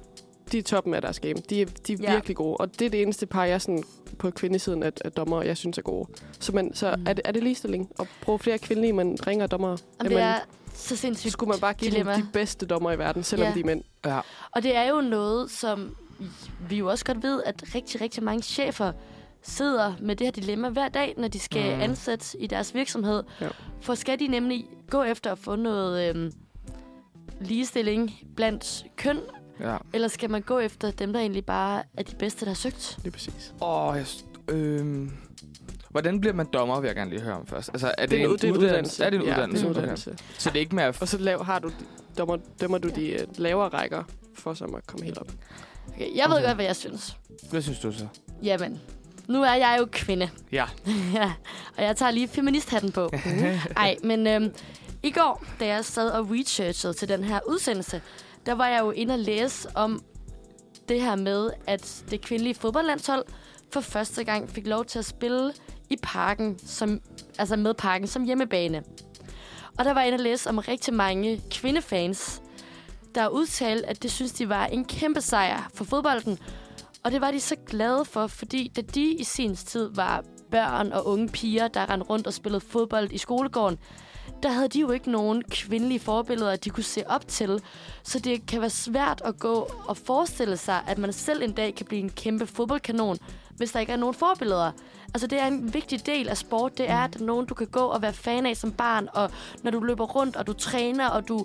de er toppen af deres game. De er, de er Ja. virkelig gode. Og det er det eneste par, jeg sådan på kvindesiden af, af dommer, jeg synes er gode. Så, man, så Mm. er, det, er det ligestilling at bruge flere kvindelige, man ringer dommer? Jamen, det er så sindssygt Skulle man bare give dilemma. dem de bedste dommer i verden, selvom Ja. de er mænd? Ja. Og det er jo noget, som vi jo også godt ved, at rigtig, rigtig mange chefer sidder med det her dilemma hver dag, når de skal Mm. mm. ansætte i deres virksomhed. Ja. For skal de nemlig gå efter at få noget øhm, ligestilling blandt køn, Ja. eller skal man gå efter dem, der egentlig bare er de bedste, der har søgt? Det er præcis. Åh, jeg... s- Øhm... Hvordan bliver man dommer, vil jeg gerne lige høre om først. Altså, er det, Det er en, en, ud- det er en uddannelse. Er det en Ja, uddannelse? det er en Okay. uddannelse. Så det er ikke mere... Og så lav, har du, dommer, dømmer du de øh, lavere rækker, for så at komme helt op. Okay, jeg ved Okay. godt, hvad jeg synes. Hvad synes du så? Jamen, nu er jeg jo kvinde. Ja. Ja, og jeg tager lige feministhatten på. Ej, men øhm, i går, da jeg sad og researchede til den her udsendelse, der var jeg jo inde og læse om det her med, at det kvindelige fodboldlandshold for første gang fik lov til at spille i parken, som, altså med parken som hjemmebane. Og der var jeg inde og læse om rigtig mange kvindefans, der udtalte, at det synes de var en kæmpe sejr for fodbolden. Og det var de så glade for, fordi da de i sin tid var børn og unge piger, der rendte rundt og spillede fodbold i skolegården, der havde de jo ikke nogen kvindelige forbilleder, de kunne se op til. Så det kan være svært at gå og forestille sig, at man selv en dag kan blive en kæmpe fodboldkanon, hvis der ikke er nogen forbilleder. Altså, det er en vigtig del af sport. Det er, at der er nogen, du kan gå og være fan af som barn, og når du løber rundt, og du træner, og du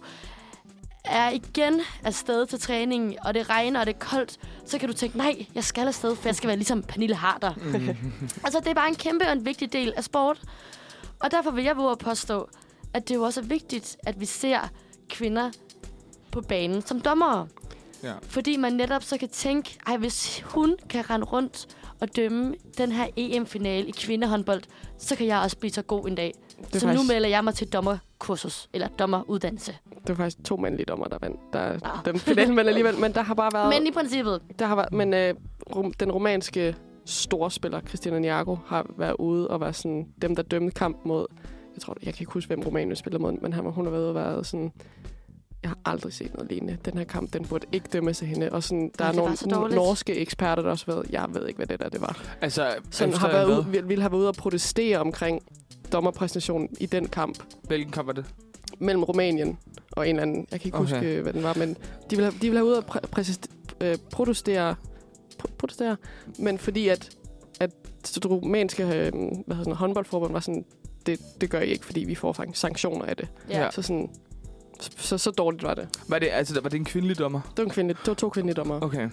er igen afsted til træning, og det regner, og det er koldt, så kan du tænke, nej, jeg skal afsted, for jeg skal være ligesom Pernille Harder. Altså, det er bare en kæmpe og en vigtig del af sport. Og derfor vil jeg våge at påstå, at det jo også er vigtigt, at vi ser kvinder på banen som dommere. Ja. Fordi man netop så kan tænke, ej, hvis hun kan rende rundt og dømme den her E M-finale i kvindehåndbold, så kan jeg også blive så god en dag. Det Så faktisk, nu melder jeg mig til dommerkursus, eller dommeruddannelse. det var faktisk to mandlige dommer, der vandt. Der Ah. ah. dem finalen, men alligevel. Men der har bare været... Men i princippet, Der har været, men øh, rum, den romanske storspiller, Christina Niago, har været ude og været sådan, dem, der dømte kamp mod... Jeg tror, jeg kan ikke huske, hvem Rumænien spiller mod, men han, hun har været ude og været sådan... Jeg har aldrig set noget lignende. Den her kamp, den burde ikke dømmes af hende. Og sådan, der Ja, er det var nogle så dårligt. norske eksperter, der også har været... Jeg ved ikke, hvad det der det var. Altså, Sådan efter har været hvad? ude, vil, vil have været ude og protestere omkring dommerpræstationen i den kamp Hvilken kamp var det? mellem Rumænien og en eller anden. Jeg kan ikke Okay. huske, hvad den var, men de vil have, de vil have ude og præ- præsist- øh, protestere, pr- protestere, men fordi at, at det rumænske øh, hvad hedder sådan, håndboldforbund var sådan, det, det gør I ikke, fordi vi får faktisk sanktioner af det. ja. Ja. Så sådan, så, så dårligt var det. Var det, altså, var det en kvindelig dommer? Det var, en kvinde, det var to kvindelige dommere. Okay.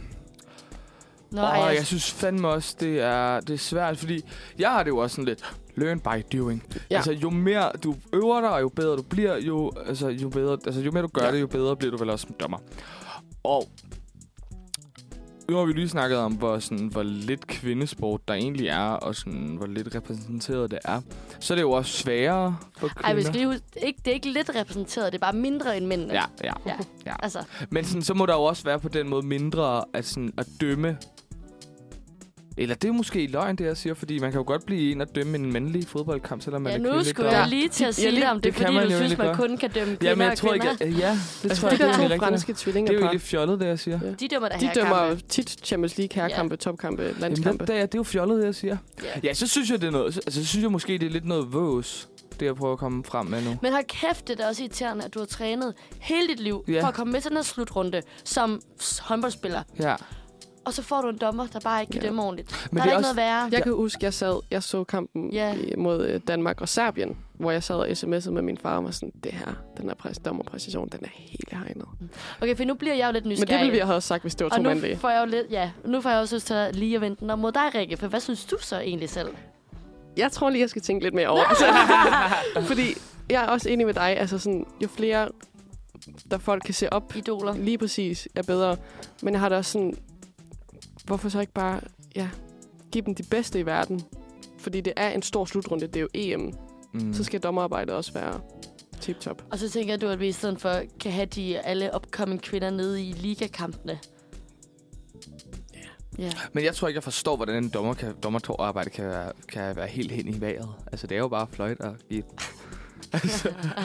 Nå, Og ej, jeg, jeg synes fandme også, det er, det er svært, fordi jeg har det jo også sådan lidt learn by doing. Ja. Altså, jo mere du øver dig, og jo bedre du bliver, jo, altså, jo, bedre, altså, jo mere du gør Ja. det, jo bedre bliver du vel også som dommer. Og nu har vi lige snakket om, hvor, sådan, hvor lidt kvindesport der egentlig er, og sådan, hvor lidt repræsenteret det er. Så er det jo også sværere for kvinder. ej, vi skal lige huske, ikke, det er ikke lidt repræsenteret, det er bare mindre end mændene. Ja, ja. Ja. Ja. Altså, Men sådan, så må der jo også være på den måde mindre at, sådan, at dømme. Eller det er måske løgn, det jeg siger, fordi man kan jo godt blive en at dømme en mandlig fodboldkamp, selvom man ja, er nu kvindelig skulle dommer. jeg lige til at Ja, sige lige- det, om det er det kan fordi, man du jo synes, egentlig man godt. kun kan dømme kvinder Ja, men jeg og tror ikke, kvinder. jeg, ja, det Altså, tror de jeg der ikke, to det er rigtigt. franske tvillinger, Det er jo lidt fjollet, det jeg siger. Ja. De dømmer der De her dømmer kampe. tit Champions League herrekampe, topkampe, Jamen, landskampe. det, er, det er jo fjollet, det jeg siger. Ja. Ja, så synes jeg, det er noget. Altså, så synes jeg måske, det er lidt noget vås, det jeg prøver at komme frem med nu. Men hold kæft, det er da også irriterende, at du har trænet hele dit liv Ja. for at komme med til den her slutrunde som s- håndboldspiller. Ja. Og så får du en dommer, der bare ikke kan Ja. dømme ordentligt. Men der det er er ikke også- noget værre. Jeg kan huske, jeg sad, jeg så kampen Ja. i, mod øh, Danmark og Serbien, hvor jeg sad og sms'ede med min far og var sådan, det her, den her præs- dommerpræcision, den er helt hegnet. Okay, for nu bliver jeg jo lidt Men nysgerrig. det ville vi have også sagt, hvis det var to Og nu mandlige. får jeg jo lidt, ja, nu får jeg også lyst til at lige at vente den om mod dig, Rikke. For hvad synes du så egentlig selv? Jeg tror lige, jeg skal tænke lidt mere over det. Fordi jeg er også enig med dig, altså sådan, jo flere, der folk kan se op, Idoler. lige præcis, er bedre. Men jeg har da også sådan, hvorfor så ikke bare, ja, give dem de bedste i verden? Fordi det er en stor slutrunde, det er jo E M. Mm. Så skal dommerarbejdet også være tip-top. Og så tænker du, at vi i stedet for kan have de alle upcoming kvinder nede i ligakampene. Ja. Ja. Men jeg tror ikke, jeg forstår, hvordan en dommer kan, dommerarbejde kan være, kan være helt hen i vejret. Altså, det er jo bare fløjt og give Altså.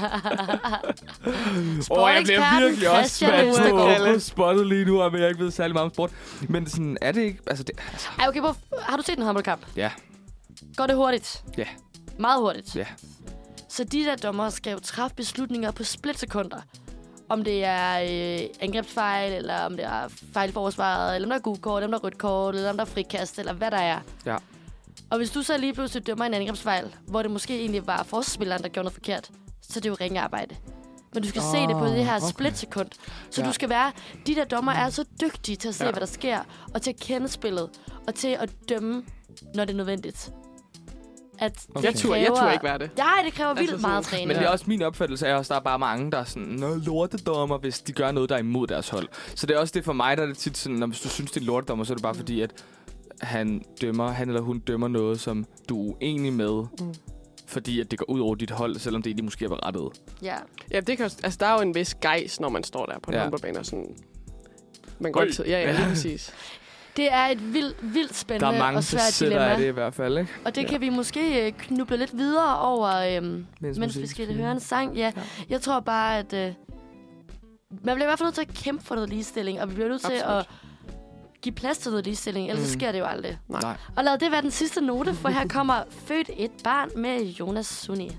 Åh, oh, jeg bliver virkelig også smadret på spottet lige nu, og jeg ikke ved særlig meget om sport. Men sådan, er det ikke... Altså, det, altså. Ej, okay, hvor, har du set en håndboldkamp? Ja. Går det hurtigt? Ja. Meget hurtigt? Ja. Så de der dommer skal jo træffe beslutninger på splitsekunder. Om det er øh, angrebsfejl, eller om det er fejlforsvaret, eller om der er gult kort, eller om der er rødt kort, eller om der er frikast, eller hvad der er. Ja. Og hvis du så lige pludselig dømmer en angrebsfejl, hvor det måske egentlig var forsvarsspilleren, der gjorde noget forkert, så er det jo ringearbejde. Men du skal oh, se det på det her okay. splitsekund. Så ja. du skal være... De der dommer er så dygtige til at se, ja. hvad der sker, og til at kende spillet, og til at dømme, når det er nødvendigt. At okay. jeg, tror, jeg tror ikke være det. Nej, det kræver vildt altså, meget træning. Men det er også min opfattelse af os, der er bare mange, der er sådan, nå, lortedommer, hvis de gør noget, der er imod deres hold. Så det er også det for mig, der er det tit sådan, når hvis du synes, det er en lortedommer, så er det bare mm. fordi, at han dømmer, han eller hun dømmer noget, som du er uenig med, mm. fordi at det går ud over dit hold, selvom det egentlig måske er berettet. Ja. Ja, det kan også, altså der er jo en vis gejst, når man står der på en ja. håndboldbane og sådan... Man går altid... Ja, ja, lige præcis. Det er et vildt, vildt spændende og svært dilemma. Der er mange, der det i hvert fald, ikke? Og det ja. kan vi måske knuble lidt videre over, øhm, mens, mens vi skal høre en sang. Ja. ja. Jeg tror bare, at øh, man bliver i hvert fald nødt til at kæmpe for noget ligestilling, og vi bliver nødt til Absolut. at give plads til noget ligestilling, ellers mm. så sker det jo aldrig. Nej. Og lad det være den sidste note, for her kommer Født et barn med Jonas Sunni.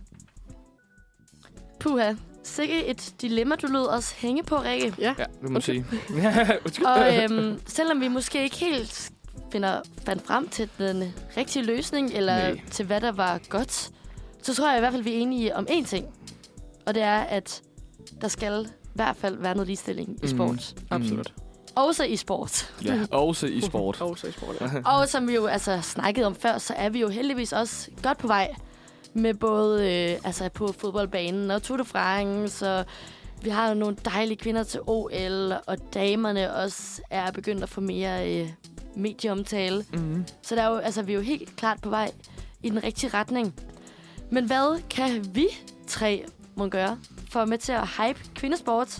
Puha. Sikke et dilemma, du lød os hænge på, Rikke. Ja, ja det må sige. Og øhm, selvom vi måske ikke helt finder, fandt frem til den rigtige løsning, eller Nej. til hvad der var godt, så tror jeg i hvert fald, vi er enige om én ting. Og det er, at der skal i hvert fald være noget ligestilling mm. i sport. Mm. Absolut. Også i sport. Ja, også i sport. også i sport, ja. Og som vi jo altså snakkede om før, så er vi jo heldigvis også godt på vej med både øh, altså på fodboldbanen og Tour de France, og vi har jo nogle dejlige kvinder til O L, og damerne også er begyndt at få mere øh, medieomtale. Mm-hmm. Så der er jo, altså, vi er jo helt klart på vej i den rigtige retning. Men hvad kan vi tre må gøre for med til at hype kvindesport?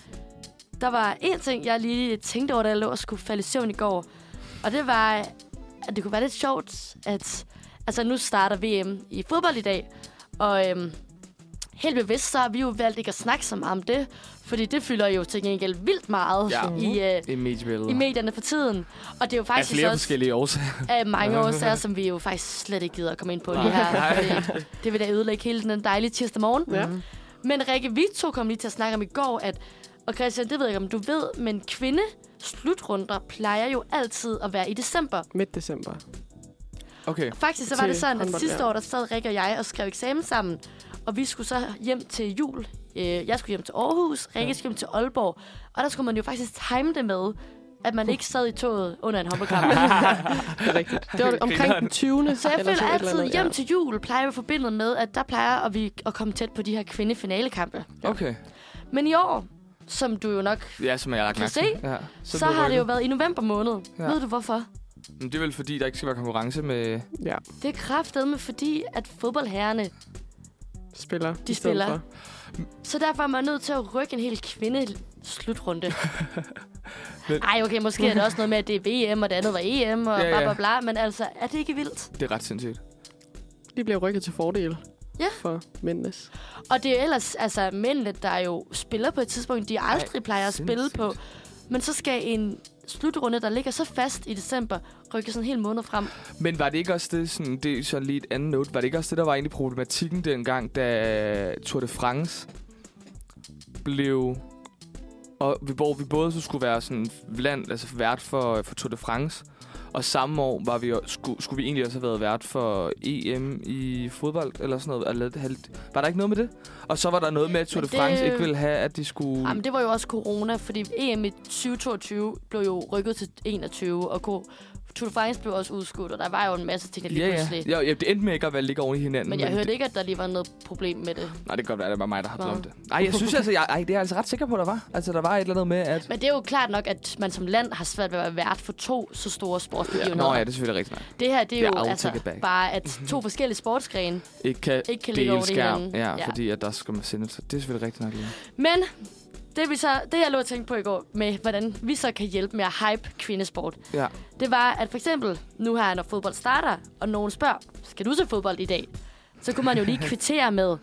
Der var en ting, jeg lige tænkte over, da jeg lå og skulle falde i søvn i går, og det var, at det kunne være lidt sjovt, at altså, nu starter V M i fodbold i dag, og øhm, helt bevidst, så har vi jo valgt ikke at snakke så meget om det, fordi det fylder jo til gengæld vildt meget ja. i, øh, I, i medierne for tiden. Og det er jo faktisk af flere også forskellige årsager. Af mange årsager, som vi jo faktisk slet ikke gider at komme ind på lige her. Det, det vil da ødelægge hele den dejlige tirsdag morgen. Ja. Men Rikke, vi to kom lige til at snakke om i går, at, og Christian, det ved jeg ikke, om du ved, men kvinde slutrunder plejer jo altid at være i december. Midt december. Okay. Faktisk så var det sådan, at sidste år, der sad Rikke og jeg og skrev eksamen sammen. Og vi skulle så hjem til jul. Jeg skulle hjem til Aarhus, Rikke ja. skulle hjem til Aalborg. Og der skulle man jo faktisk time det med, at man ikke sad i toget under en håndboldkamp. Det er rigtigt. Det var omkring den tyvende Så jeg føler altid, andet, hjem ja. til jul plejer vi forbindet med, at der plejer at vi at komme tæt på de her kvindefinalekampe. Okay. Men i år, som du jo nok ja, som jeg kan se, ja. så, så har det jo været i november måned. Ja. Ved du hvorfor? Men det er vel fordi, der ikke skal være konkurrence med... Ja. Det er kraftedeme fordi, at fodboldherrerne spiller. De spiller. For. Så derfor er man nødt til at rykke en hel kvinde-slutrunde. Men... Ej, okay, måske er det også noget med, at det er V M, og det andet var E M, og ja, ja. bla bla bla. Men altså, er det ikke vildt? Det er ret sindssygt. De bliver rykket til fordel ja. for mændenes. Og det er ellers, altså mændene, der jo spiller på et tidspunkt, de aldrig Ej, plejer at spille sindssygt. på. Men så skal en slutrunde, der ligger så fast i december, rykke sådan en hel måned frem. Men var det ikke også det, sådan, det er sådan lige et andet note, var det ikke også det, der var egentlig problematikken dengang, da Tour de France blev... Og hvor vi både så skulle være sådan land, altså vært for, for Tour de France, og samme år var vi, skulle, skulle vi egentlig også have været vært for E M i fodbold, eller sådan noget. Eller, var der ikke noget med det? Og så var der noget med, at Tour de France det, ikke ville have, at de skulle... Jamen, det var jo også corona, fordi E M i tyve toogtyve blev jo rykket til enogtyve, og Tour de France blev også udskudt, og der var jo en masse ting, der lige ja, pludselig... Ja, ja, det endte med ikke at være ligge oven i hinanden. Men jeg men hørte det... ikke, at der lige var noget problem med det. Nej, det kan godt være, det var mig, der har drømt det. Nej, jeg synes altså, jeg, ej, det er jeg altså ret sikker på, der var. Altså, der var et eller andet med, at... Men det er jo klart nok, at man som land har svært ved at være vært for to så store sportsbegivenheder. Nå ja, det er selvfølgelig rigtigt. Det her, det er, det er jo altså bare, at to forskellige sportsgrene ikke kan, ikke kan ligge over det hinanden. Ja, ja, fordi at der skal man sende, så det er selvfølgelig rigtigt nok. Lige. Men... Det, vi så, det jeg lå at tænke på i går, med hvordan vi så kan hjælpe med at hype kvindesport, ja. det var, at for eksempel nu her, når fodbold starter, og nogen spørger, skal du se fodbold i dag? Så kunne man jo lige kvittere med,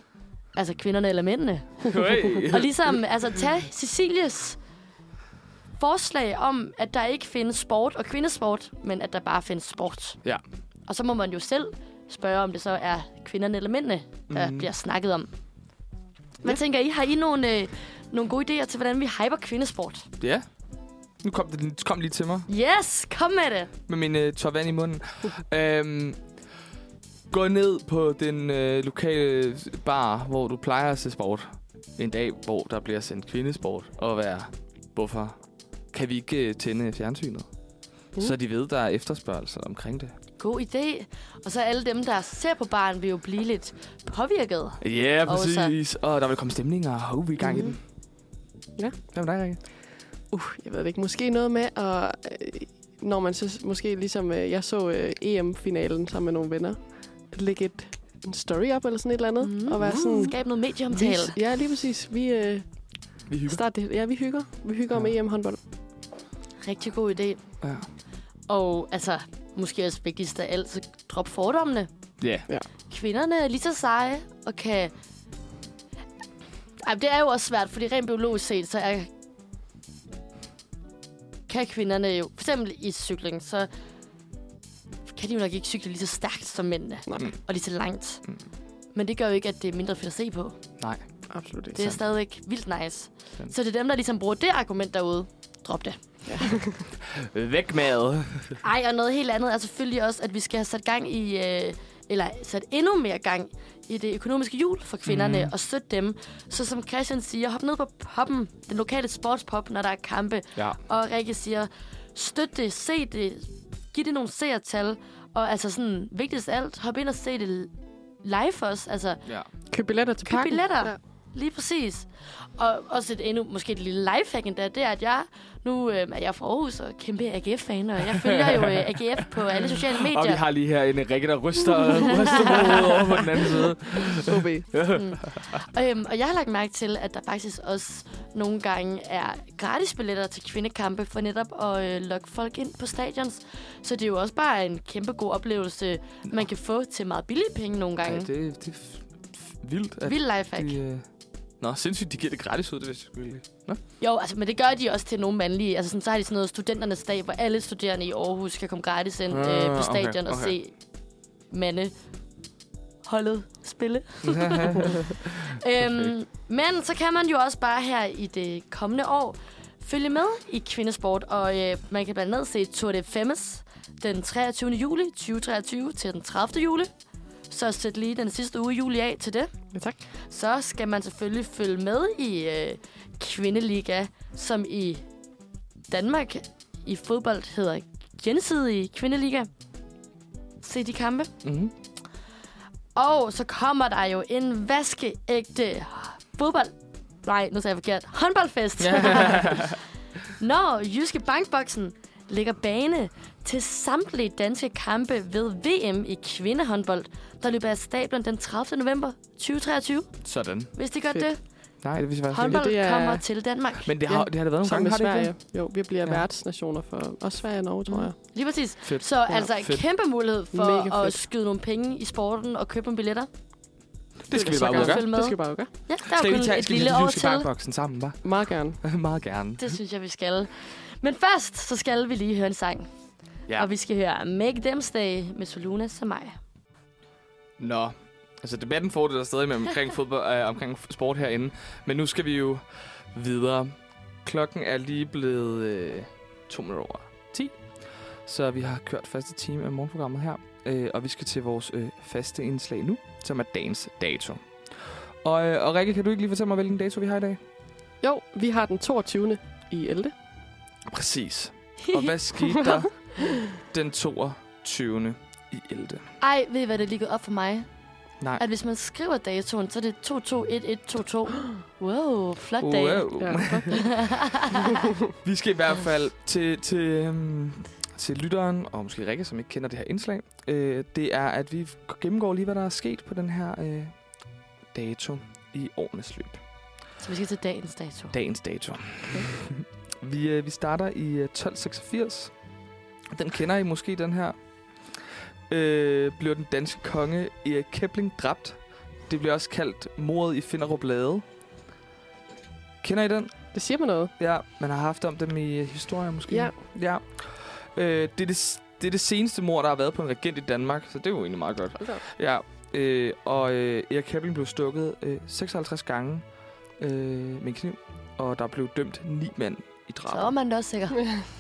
Altså kvinderne eller mændene. Hey. Og ligesom altså, tage Cecilies forslag om, at der ikke findes sport og kvindesport, men at der bare findes sport. Ja. Og så må man jo selv spørge, om det så er kvinderne eller mændene, der mm. bliver snakket om. Hvad ja. tænker I? Har I nogle, øh, nogle gode idéer til, hvordan vi hyper kvindesport? Ja. Nu kom det kom lige til mig. Yes, kom med det. Med min øh, tår vand i munden. øhm, gå ned på den øh, lokale bar, hvor du plejer at se sport. En dag, hvor der bliver sendt kvindesport. Og være, hvorfor kan vi ikke øh, tænde fjernsynet? Uh. Så de ved, der er efterspørgsel omkring det. God idé. Og så alle dem, der ser på baren, vil jo blive lidt påvirket. Ja, yeah, præcis. Og der vil komme stemninger. Og vi er i gang mm-hmm. i den. Ja. Hvad med dig, Rikke? Uh, jeg ved det ikke. Måske noget med, at, når man så måske ligesom, jeg så uh, E M-finalen sammen med nogle venner, lægge et, en story op eller sådan et eller andet. Mm. Og være sådan... Skabe noget medieomtale. Vi, ja, lige præcis. Vi, uh, vi hygger. Start det. Ja, vi hygger. Vi hygger ja. om E M-håndbold. Rigtig god idé. Ja. Og altså, måske også vigtigst af alt, så drop fordommene. Yeah. Ja. Kvinderne er lige så seje og kan... Ej, det er jo også svært, fordi rent biologisk set, så er... kan kvinderne jo... For eksempel i cykling, så kan de jo nok ikke cykle lige så stærkt som mændene. Nej. Og lige så langt. Mm. Men det gør jo ikke, at det er mindre fedt at se på. Nej. Absolut ikke. Det er stadigvæk vildt nice. Sandt. Så det er dem, der ligesom bruger det argument derude. Drop det. Ja. Væk med. Ej, og noget helt andet er selvfølgelig også, at vi skal have sat gang i... Øh, eller sat endnu mere gang i det økonomiske hjul for kvinderne mm. og støtte dem. Så som Christian siger, hop ned på poppen, den lokale sportspop, når der er kampe. Ja. Og Rikke siger, støt det, se det, giv det nogle seertal. Og altså sådan, vigtigst af alt, hop ind og se det live også. Altså, Ja. Køb billetter til køb pakken. billetter. Ja. Lige præcis. Og også et endnu, måske et lille lifehack endda, det er, at jeg nu øh, er jeg fra Aarhus og kæmpe A G F-fan, og jeg følger jo øh, A G F på alle sociale medier. Og vi har lige her en Rikke, der ryster, ryster hovedet over på den anden side. O B. mm. og, øhm, og jeg har lagt mærke til, at der faktisk også nogle gange er gratis billetter til kvindekampe, for netop at øh, lokke folk ind på stadions. Så det er jo også bare en kæmpe god oplevelse, man kan få til meget billige penge nogle gange. Ja, det, det er f- f- vildt. At Vild lifehack. de, øh... Nå, sindssygt, de giver det gratis ud, det vidste jeg sgu ikke. Nå? Jo, altså, men det gør de også til nogle mandlige. Altså, sådan, så har de sådan noget studenternes dag, hvor alle studerende i Aarhus kan komme gratis ind Ah, øh, på stadion okay, og okay. se mande holdet spille. øhm, men så kan man jo også bare her i det kommende år følge med i kvindesport, og øh, man kan blandt andet se Tour de Femmes den treogtyvende juli tyve treogtyve til den tredivte juli. Så sæt lige den sidste uge i juli af til det. Ja, tak. Så skal man selvfølgelig følge med i øh, Kvindeliga, som i Danmark i fodbold hedder gensidig Kvindeliga. Se de kampe. Mm-hmm. Og så kommer der jo en vaskeægte fodbold... Nej, nu sagde jeg forkert. Håndboldfest. Når Jyske Bankboksen lægger bane til samtlige danske kampe ved V M i kvindehåndbold, der løber af stablen den tredivte november tyve treogtyve. Sådan. Hvis de gør Fedt. det, Nej, det vidste jeg faktisk håndbold det er- kommer til Danmark. Men det har, Ja. det har det været nogle Sammen gange, med har det Sverige. ikke? Jo, vi bliver Ja. værtsnationer for også Sverige og Norge, tror jeg. Lige præcis. Fedt. Så altså en fedt. kæmpe mulighed for Mega at fedt. skyde nogle penge i sporten og købe nogle billetter. Det skal vi Så bare gerne. ud og gøre. Følg med. Det skal vi bare gøre. Ja, der er Skal jo vi kun tage, et skal vi lille tage år Jyske til. Bankboksen sammen, hva'? Meget gerne. Meget gerne. Det synes jeg, vi skal. Men først, så skal vi lige høre en sang. Ja. Og vi skal høre Make Them Stay med Soluna Samai. Nå, altså debatten fortsætter stadig med omkring, fodbold, øh, omkring sport herinde. Men nu skal vi jo videre. Klokken er lige blevet øh, to minutter over ti. Så vi har kørt første time af morgenprogrammet her. Øh, og vi skal til vores øh, faste indslag nu, som er dagens dato. Og, øh, og Rikke, kan du ikke lige fortælle mig, hvilken dato vi har i dag? Jo, vi har den toogtyvende i ellevte. Præcis. Og hvad skete der den toogtyvende i ellevte? Ej, ved I, hvad det er lige gået op for mig? Nej. At hvis man skriver datoen, så er det to to et et to to. Wow, flot dag. Wow. Ja. Vi skal i hvert fald til, til, øhm, til lytteren, og måske Rikke, som ikke kender det her indslag. Øh, det er, at vi gennemgår lige, hvad der er sket på den her øh, dato i årenes løb. Så vi skal til dagens dato. Dagens dato. vi, øh, vi starter i øh, tolv seksogfirs. Den kender I måske, den her. Øh, blev den danske konge Erik Kepling dræbt det bliver også kaldt mordet i Finderup Lade. Kender I den? Det siger man noget. Ja, man har haft om dem i historien måske. Ja. Ja. Øh, det, er det, det er det seneste mord, der har været på en regent i Danmark, så det er jo egentlig meget godt. Okay. Ja, øh, og øh, Erik Kæppling blev stukket øh, seksoghalvtreds gange øh, med en kniv, og der blev dømt ni mænd i drab. Så var man da også sikker.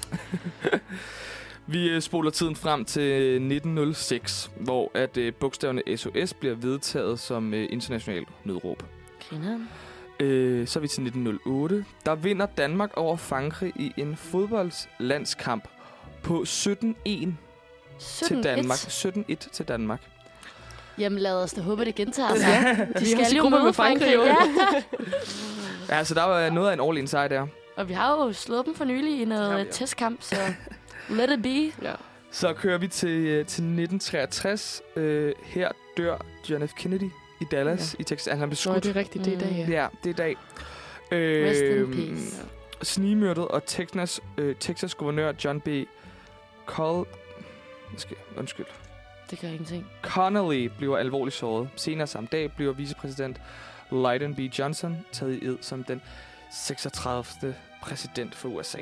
Vi øh, spoler tiden frem til nitten nul seks, hvor at øh, bogstaverne S O S bliver vedtaget som øh, international nødråb. Grineren. Øh, så er vi til nitten nul otte. Der vinder Danmark over Frankrig i en fodboldslandskamp på sytten en til Danmark. sytten et til Danmark. Jamen lad os da håbe, det gentager sig. Ja, De vi skal har jo gruppe møde med Frankrig, Frankrig. jo. Ja. Ja, så der var noget af en all-in sejr der. Og vi har jo slået dem for nylig i noget Ja, ja, ja. testkamp, så let it be. Ja. Så kører vi til, øh, til nitten treogtres. Øh, her dør John F. Kennedy i Dallas ja. i Texas. Han blev Nå, skudt. det er rigtigt. Det er i dag, ja. Ja, det er i dag. Øh, Rest in peace. Snigmyrdet og Texas, øh, Texas guvernør John B. Col... Skal, undskyld. Det gør ingenting. Connolly bliver alvorligt såret. Senere samme dag bliver vicepræsident Lyndon B. Johnson taget i ed som den seksogtredivte præsident for U S A.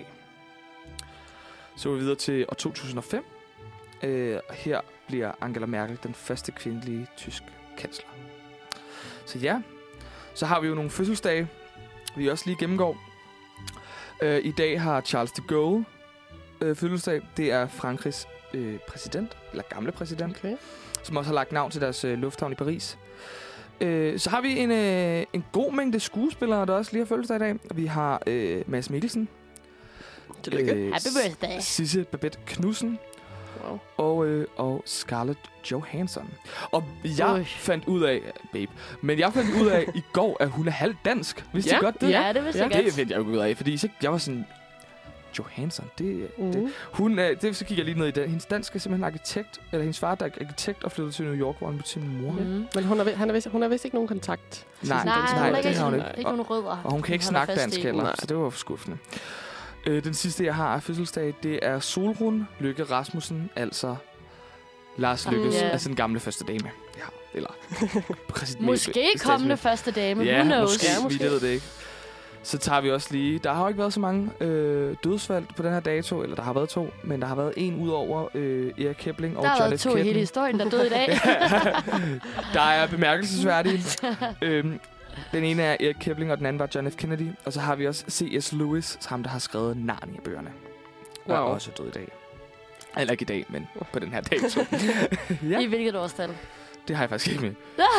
Så er vi videre til år to tusind og fem. Øh, her bliver Angela Merkel den første kvindelige tysk kansler. Så ja, så har vi jo nogle fødselsdage, vi også lige gennemgår. Øh, I dag har Charles de Gaulle øh, fødselsdag. Det er Frankrigs øh, præsident, eller gamle præsident, Okay. som også har lagt navn til deres øh, lufthavn i Paris. Øh, så har vi en, øh, en god mængde skuespillere, der også lige har fødselsdag i dag. Vi har øh, Mads Mikkelsen. Tillykke. Øh, Happy birthday. Sisse Babette Knudsen. Wow. Og, øh, og Scarlett Johansson. Og jeg Ui. fandt ud af, babe, men jeg fandt ud af i går, at hun er halvt dansk. Vidste Ja, I godt det? Ja, det vidste Ja, jeg Det godt. fandt jeg jo ud af, fordi så, jeg var sådan, Johansson, det, Mm. det hun er, det, så kigger jeg lige ned i det. Hendes dansk er simpelthen arkitekt, eller hendes far der er arkitekt og flyttede til New York, hvor han blev til sin mor. Mm. Men hun har, han er vist, hun har vist ikke nogen kontakt. til Nej, sin Nej, danske hun nej, har mor. ikke, det har hun ikke, ikke. ikke nogen rødder. Og hun kan ikke holder snakke fast dansk i. heller, Nej. så det var skuffende. Øh, den sidste, jeg har af fødselsdag, det er Solrun Løkke Rasmussen, altså Lars Løkkes, Ja. altså den gamle første dame. Ja, eller præsident. Måske kommende første dame. Ja, Who knows? måske, Ja, ja, måske. måske. Vi ved det ikke. Så tager vi også lige... Der har jo ikke været så mange øh, dødsfald på den her dato, eller der har været to, men der har været en ud over øh, Erik Kæppling og Der har John været F. to i hele Kennedy. historien, der døde i dag. Der er bemærkelsesværdige. øhm, den ene er Erik Kæppling, og den anden var John F. Kennedy. Og så har vi også C S. Lewis, ham der har skrevet Narnia-bøgerne. Og er Wow. også død i dag. Eller ikke i dag, men på den her dato. ja, I hvilket årstal? det har jeg faktisk ikke med.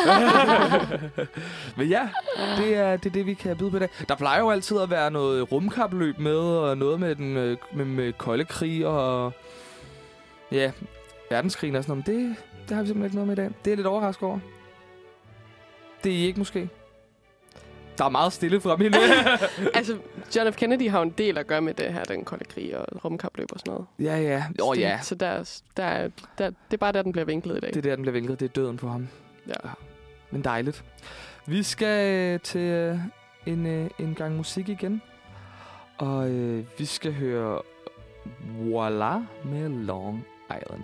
Men ja, det er, det er det, vi kan byde på i dag. Der plejer jo altid at være noget rumkapløb med, og noget med den øh, med, med kolde krig og ja, verdenskrigen og sådan noget. Men det, det har vi simpelthen ikke noget med i dag. Det er jeg lidt overrasket over. Det er I ikke måske. Der er meget stille fra min. Altså, John F. Kennedy har jo en del at gøre med det her, den kolde krig og rumkapløb og sådan noget. ja, ja. Åh oh, ja. Så der, der, der, det er bare der, den bliver vinklet i dag. Det er der, den bliver vinklet. Det er døden på ham. Ja. Men dejligt. Vi skal til øh, en, øh, en gang musik igen. Og øh, vi skal høre Voila med Long Island.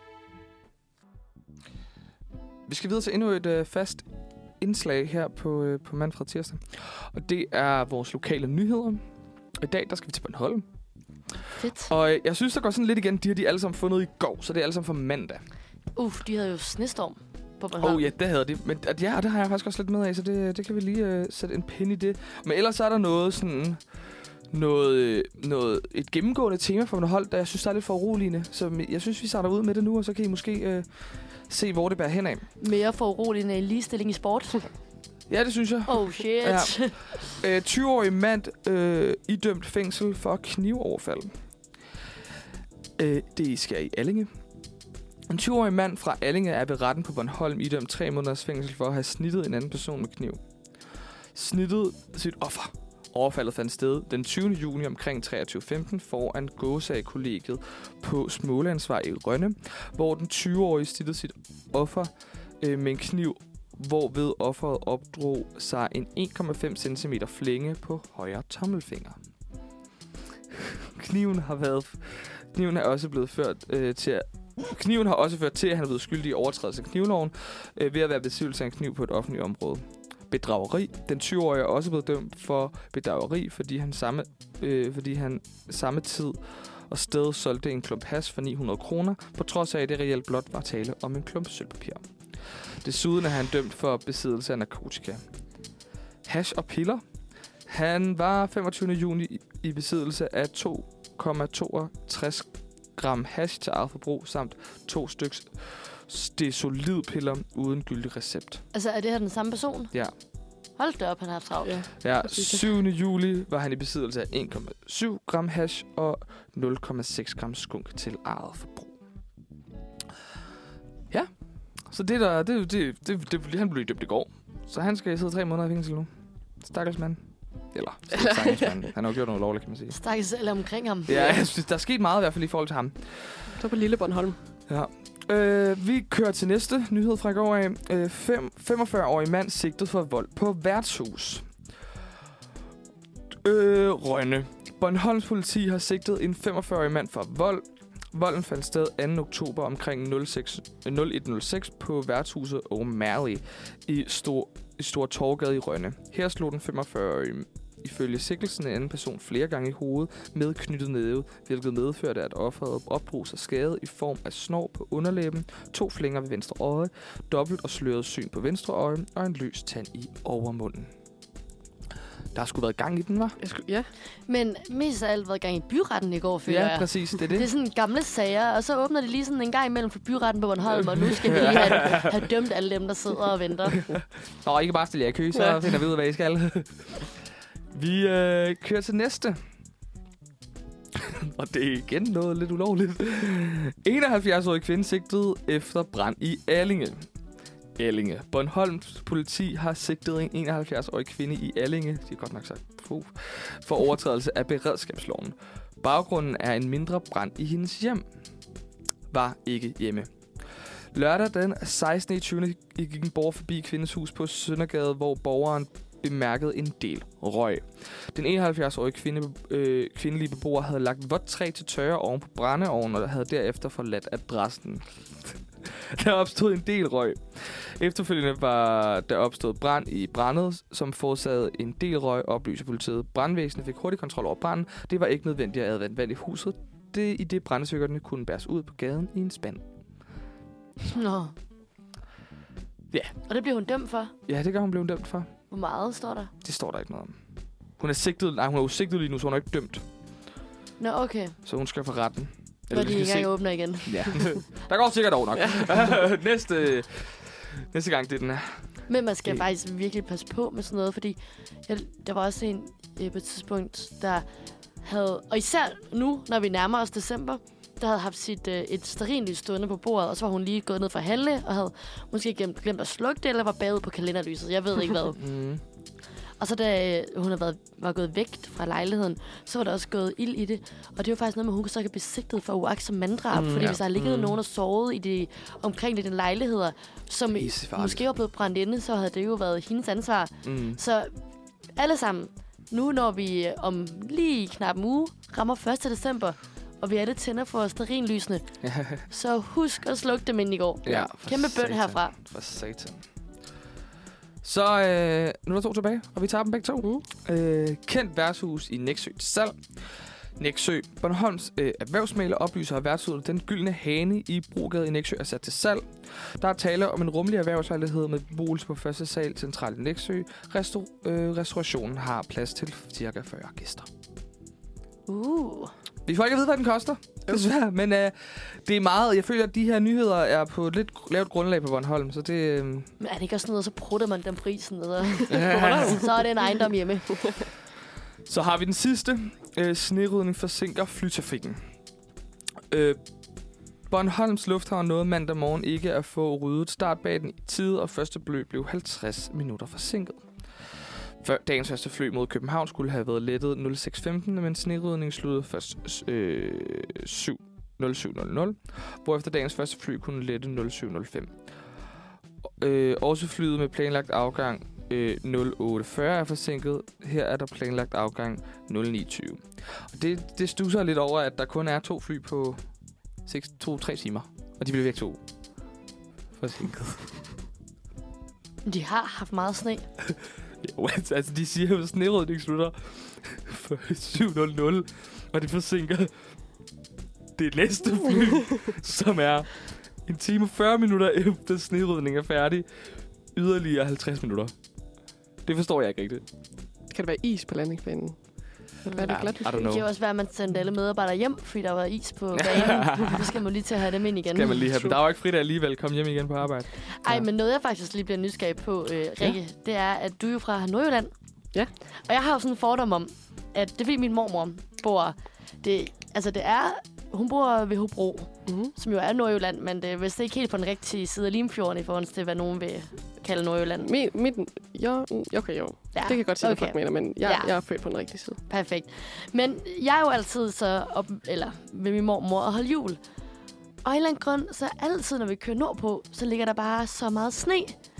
Vi skal videre til endnu et øh, fast indslag her på, øh, på Manfred Tirsdag. Og det er vores lokale nyheder. Og i dag, der skal vi til Bornholm. Fedt. Og øh, jeg synes, der går sådan lidt igen. De har de alle sammen fundet i går, så det er alle sammen fra mandag. Uff, de havde jo snestorm på Bornholm. Åh oh, ja, det havde de. Men at, ja, det har jeg faktisk også lidt med af, så det, det kan vi lige øh, sætte en pin i det. Men ellers er der noget sådan... Noget, noget, et gennemgående tema for Bornholm, der jeg synes, der er lidt for uroligende. Så jeg synes, vi starter ud med det nu, og så kan I måske øh, se, hvor det bærer hen af. Mere foruroligende end ligestilling i sport. Ja, det synes jeg. Oh shit. Ja. Øh, tyve-årig mand øh, idømt fængsel for knivoverfald. Øh, det sker i Allinge. En tyve-årig mand fra Allinge er ved retten på Bornholm idømt tre måneders fængsel for at have snittet en anden person med kniv. Snittet sit offer. Overfaldet fandt sted den tyvende juni omkring treogtyve femten foran Gåsag-kollegiet på Smålandsvej i Rønne, hvor den tyve-årige snittede sit offer øh, med en kniv, hvorved offeret opdrog sig en en komma fem centimeter flænge på højre tommelfinger. Kniven har været kniven er også blevet ført øh, til Kniven har også ført til, at han er blevet skyldig i overtrædelse af knivloven øh, ved at være besiddelse af en kniv på et offentligt område. Bedrageri. Den tyve-årige er også blevet dømt for bedrageri, fordi han samme, øh, fordi han samme tid og sted solgte en klump hash for ni hundrede kroner, på trods af, at det reelt blot var tale om en klump sølvpapir. Desuden er han dømt for besiddelse af narkotika. Hash og piller. Han var femogtyvende juni i besiddelse af to komma toogtres gram hash til eget forbrug, samt to styks stesolidpiller uden gyldig recept. Altså, er det her den samme person? Ja. Hold da op, han har haft travlt. Ja. Ja, syvende juli var han i besiddelse af en komma syv gram hash og nul komma seks gram skunk til eget forbrug. Ja, så det der, det, det, det, det, han blev dømt i går. Så han skal sidde tre måneder i fængsel nu. Stakkels mand. Eller, stakkels mand. Han har jo gjort noget lovligt, kan man sige. Stakkels alle omkring ham. Ja, jeg synes, der er sket meget i hvert fald i forhold til ham. Så på Lille Bornholm. Ja. Øh, vi kører til næste nyhed fra i går af. Øh, fem, femogfyrre-årig mand sigtet for vold på værtshus. Øh, Rønne. Bornholms politi har sigtet en femogfyrre-årig mand for vold. Volden fandt sted anden oktober omkring nul et nul seks på værtshuset O'Malley i Stor, i Stor Torvgade i Rønne. Her slog den femogfyrre-årige ifølge sigtelsen en anden person flere gange i hovedet med knyttet næve, hvilket medførte, at offeret opbrug sig skade i form af snor på underlæben, to flinger ved venstre øje, dobbelt og sløret syn på venstre øje og en løs tand i overmunden. Der har sgu været gang i den, hva'? Jeg skulle, ja. Men mest af alt været gang i byretten i går, føler Ja, jeg. præcis. Det er Det er det. sådan gamle sager, og så åbner de lige sådan en gang imellem for byretten på Bornholm, og nu skal vi lige have, have dømt alle dem, der sidder og venter. Nå, ikke bare stille jer i kø, så Ja. finder vi ud af, hvad I skal. Vi øh, kører til næste. Og det er igen noget lidt ulovligt. enoghalvfjerds-årig kvinde sigtet efter brand i Allinge. Allinge. Bornholms politi har sigtet en enoghalvfjerds-årig kvinde i Allinge, de har godt nok sagt, puh, for overtrædelse af beredskabsloven. Baggrunden er en mindre brand i hendes hjem. Var ikke hjemme. Lørdag den sekstende tyvende gik en borger forbi kvindens hus på Søndergade, hvor borgeren bemærkede en del røg. Den enoghalvfjerds-årige kvinde, øh, kvindelige beboer havde lagt vådt træ til tørre oven på brændeovnen, og havde derefter forladt adressen. Der opstod en del røg. Efterfølgende var der opstået brand i brændet, som forårsagede en del røg, oplyser politiet. Brandvæsenet fik hurtig kontrol over branden. Det var ikke nødvendigt at advande vand i huset, det, i det brændestykkerne kunne bæres ud på gaden i en spand. Nå. Ja. Og det blev hun dømt for. Ja, det gør hun blev dømt for. Hvor meget står der? Det står der ikke noget om. Hun er sigtet, nej, hun er jo sigtet lige nu, så hun er ikke dømt. Nå, okay. Så hun skal for retten. Når de vi ikke skal engang åbner igen. Ja. Der går sikkert over nok. næste, næste gang, det er den her. Men man skal Det- faktisk virkelig passe på med sådan noget, fordi jeg, der var også en øh, på et tidspunkt, der havde... Og især nu, når vi nærmer os december, der havde haft sit, øh, et stearinlys stående på bordet, og så var hun lige gået ned for at handle, og havde måske glemt, glemt at slukke det, eller var bagud på kalenderlyset. Jeg ved ikke hvad. Mm. Og så da øh, hun havde været, var gået væk fra lejligheden, så var der også gået ild i det. Og det var faktisk noget med, at hun så kan blive sigtet for uagtsom manddrab. Mm, fordi ja. hvis der har ligget Mm. nogen og sovet i de omkringliggende lejligheder, som Pissefarligt. måske var blevet brændt inde, så havde det jo været hendes ansvar. Mm. Så alle sammen, nu når vi øh, om lige knap en uge rammer første december, og vi alle tænder for stearinlysene, så husk at slukke dem ind i går. Ja, for Kæmpe bøn satan. herfra. For satan. Så øh, nu er der to tilbage, og vi tager dem begge to. Mm. Øh, kendt værtshus i Nexø til salg. Nexø. Bornholms øh, erhvervsmægler oplyser, at værtshuset Den Gyldne Hane i Brogade i Nexø er sat til salg. Der er tale om en rummelig erhvervslejlighed med beboelse på første sal centralt i Nexø. Restaur- øh, restaurationen har plads til ca. fyrre gæster. Uh. Vi får ikke at vide, hvad den koster, desværre. Men øh, det er meget... Jeg føler, at de her nyheder er på et lidt lavt grundlag på Bornholm, så det... Øh, Men er det ikke også sådan noget, så prutter man den prisen, og så, så er det en ejendom hjemme. Så har vi den sidste. Øh, snerydning forsinker flytrafikken. Øh, Bornholms Lufthavn nåede mandag morgen ikke at få ryddet startbanen i tide, og første fly blev halvtreds minutter forsinket. Før dagens første fly mod København skulle have været lettet nul seks femten, men snerydningen sluttede først øh, nul syv nul nul, hvorefter dagens første fly kunne lette nul syv nul fem. Øh, også flyet med planlagt afgang øh, nul otte fyrre er forsinket. Her er der planlagt afgang nul ni tyve. Og det, det stusser lidt over, at der kun er to fly på to til tre timer. Og de bliver væk to. Forsinket. De har haft meget sne. Jo, altså, de siger jo, at snerydning slutter for syv nul nul, og det forsinker det næste fly, som er en time og fyrre minutter efter snerydningen er færdig. Yderligere halvtreds minutter. Det forstår jeg ikke rigtigt. Kan det være is på landingsbanen? Kan det være det glat? I don't Det know. kan jo også være, at man sendte alle medarbejdere hjem, fordi der var is på banen. Så skal man lige til at have dem ind igen. Skal man lige have, men der er jo ikke fridag alligevel. Kom hjem igen på arbejde. Ej, men noget jeg faktisk lige bliver nysgerrig på, øh, Rikke, ja. det er, at du er jo fra Nordjylland. Ja. Og jeg har jo sådan en fordom om, at det er fordi min mormor bor... Det, altså det er... Hun bor ved Hobro, Mm-hmm. som jo er Nordjylland, men det er vist ikke helt på den rigtige side af Limfjorden i forhold til, hvad nogen vil kalde Nordjylland. Mit, mit, jo, okay, jo. Ja, Det kan jeg godt sige, okay. hvad folk mener, men jeg, Ja. jeg er født på den rigtige side. Perfekt. Men jeg er jo altid så op, eller ved min mormor og holde jul. Og af en eller anden grund, så altid, når vi kører nordpå, så ligger der bare så meget sne.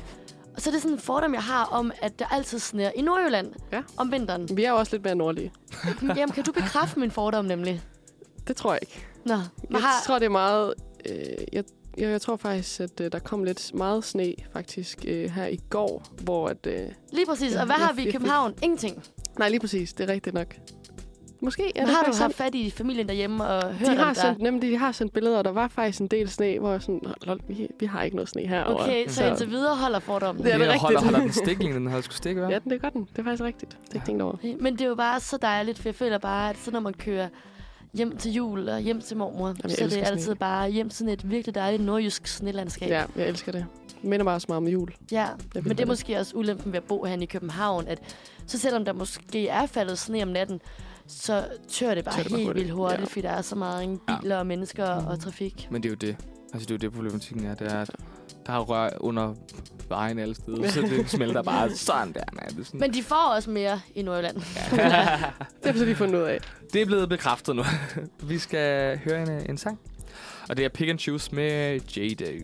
Og så er det sådan en fordom, jeg har om, at der altid sner i Nordjylland Ja. om vinteren. Vi er jo også lidt mere nordlige. Jamen, kan du bekræfte min fordom nemlig? Det tror jeg ikke. Nå, Jeg man har... tror, det er meget... Øh, jeg, jeg, jeg tror faktisk, at øh, der kom lidt meget sne faktisk øh, her i går, hvor at... Øh, Lige præcis. Ja, Og hvad jeg- har vi i jeg- København? Ingenting. nej, lige præcis. Det er rigtigt nok. Måske er Men det har du faktisk haft sandt. fat i familien derhjemme og hørt De om har, der? sendt, nemlig, de har sendt billeder, og der var faktisk en del sne, hvor jeg sådan, lol, vi, vi har ikke noget sne herovre. Okay, så Så- indtil videre holder fordommen. Det er det Ja, holder, rigtigt. holder den stikling, den har skulle stikke, hva'? Ja, den, det gør den. Det er faktisk rigtigt. Det er ikke tænkt over. Men det er jo bare så dejligt, for jeg føler bare, at så når man kører hjem til jul og hjem til mormor, jeg så er det elsker altid sne. bare hjem til sådan et virkelig dejligt nordjysk snelandskab. Ja, jeg elsker det. Det minder mig også meget om jul. Ja. vil Men det er det. måske også ulempen ved at bo herinde i København, at så selvom der måske er faldet sne om natten, så tør det bare Tør det bare helt hurtigt. vildt hurtigt, Ja. fordi der er så mange biler og mennesker og trafik. Men det er jo det. Altså, det er jo det, problematikken er. Det er, at der er rør under vejen alle steder, så det smelter bare sådan der, man. Det er, sådan. Men de får også mere i Nordjylland. Det har vi så lige fundet ud af. Det er blevet bekræftet nu. Vi skal høre en, en sang. Og det er Pick and Choose med J-Dave.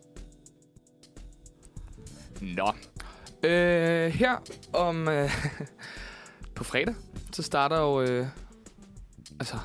Nå. Øh, her om... Øh, på fredag, så starter jo... Øh, altså...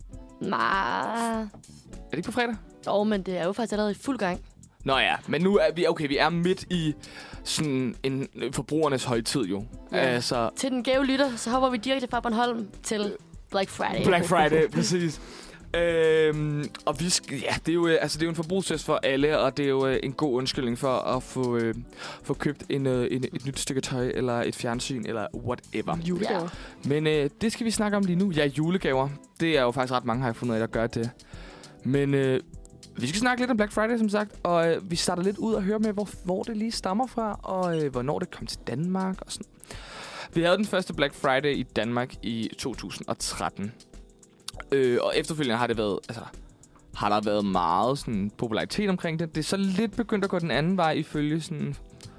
Nej. Er det ikke på fredag? Jo, men det er jo faktisk allerede i fuld gang. Nå ja, men nu er vi... Okay, vi er midt i sådan en forbrugernes højtid jo. Ja. Altså... Til den gave lytter, så hopper vi direkte fra Bornholm til Black Friday. Black Friday, præcis. Øhm, og vi skal, ja, det er jo, øh, altså det er jo en forbrugsfest for alle, og det er jo øh, en god undskyldning for at få, øh, få købt en, øh, en, et nyt stykke tøj, eller et fjernsyn, eller whatever. Julegaver. Men øh, det skal vi snakke om lige nu. Ja, julegaver. Det er jo faktisk ret mange, har jeg fundet af, der gør det. Men øh, vi skal snakke lidt om Black Friday, som sagt, og øh, vi starter lidt ud og høre med, hvor, hvor det lige stammer fra, og øh, hvornår det kom til Danmark og sådan. Vi havde den første Black Friday i Danmark i to tusind og tretten. Øh, og efterfølgende har det været, altså, har der været meget sådan, popularitet omkring det. Det er så lidt begyndt at gå den anden vej ifølge sådan...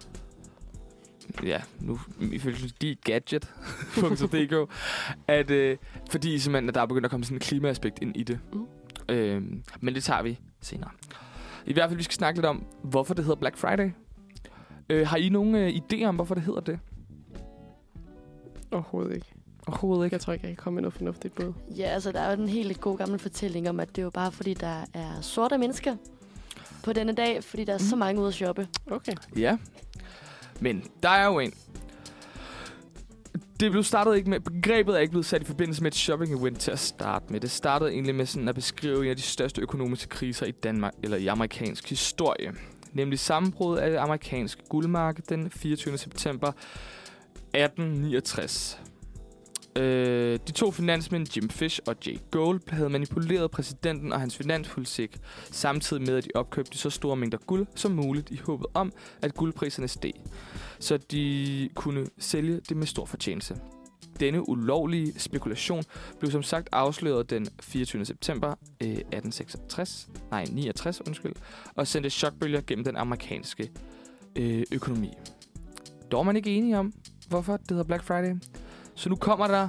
Ja, nu ifølge de gadget punktum d k, at øh, fordi simpelthen, at der er begyndt at komme sådan et klimaaspekt ind i det. Mm. Øh, men det tager vi senere. I hvert fald, vi skal snakke lidt om, hvorfor det hedder Black Friday. Øh, har I nogen øh, idéer om, hvorfor det hedder det? Overhovedet ikke. Overhovedet ikke. Jeg tror ikke, jeg kan komme med noget fornuftigt bud. Ja, altså der er jo den helt god gamle fortælling om, at det er jo bare fordi, der er sorte mennesker på denne dag, fordi der er mm. så mange ude at shoppe. Okay. Ja. Men der er jo en. Det blev startet ikke med... Begrebet er ikke blevet sat i forbindelse med et shopping event til at starte med. Det startede egentlig med sådan at beskrive en af de største økonomiske kriser i Danmark, eller i amerikansk historie. Nemlig sammenbruddet af det amerikanske guldmarked den fireogtyvende september atten niogtres. Øh, de to finansmænd, Jim Fish og Jay Gould, havde manipuleret præsidenten og hans finanspolitik, samtidig med, at de opkøbte så store mængder guld som muligt i håbet om, at guldpriserne steg, så de kunne sælge det med stor fortjeneste. Denne ulovlige spekulation blev som sagt afsløret den fireogtyvende september øh, atten seksogtres, nej niogtres, undskyld, og sendte chokbølger gennem den amerikanske øh, økonomi. Dog er man ikke enige om, hvorfor det hedder Black Friday. Så nu kommer der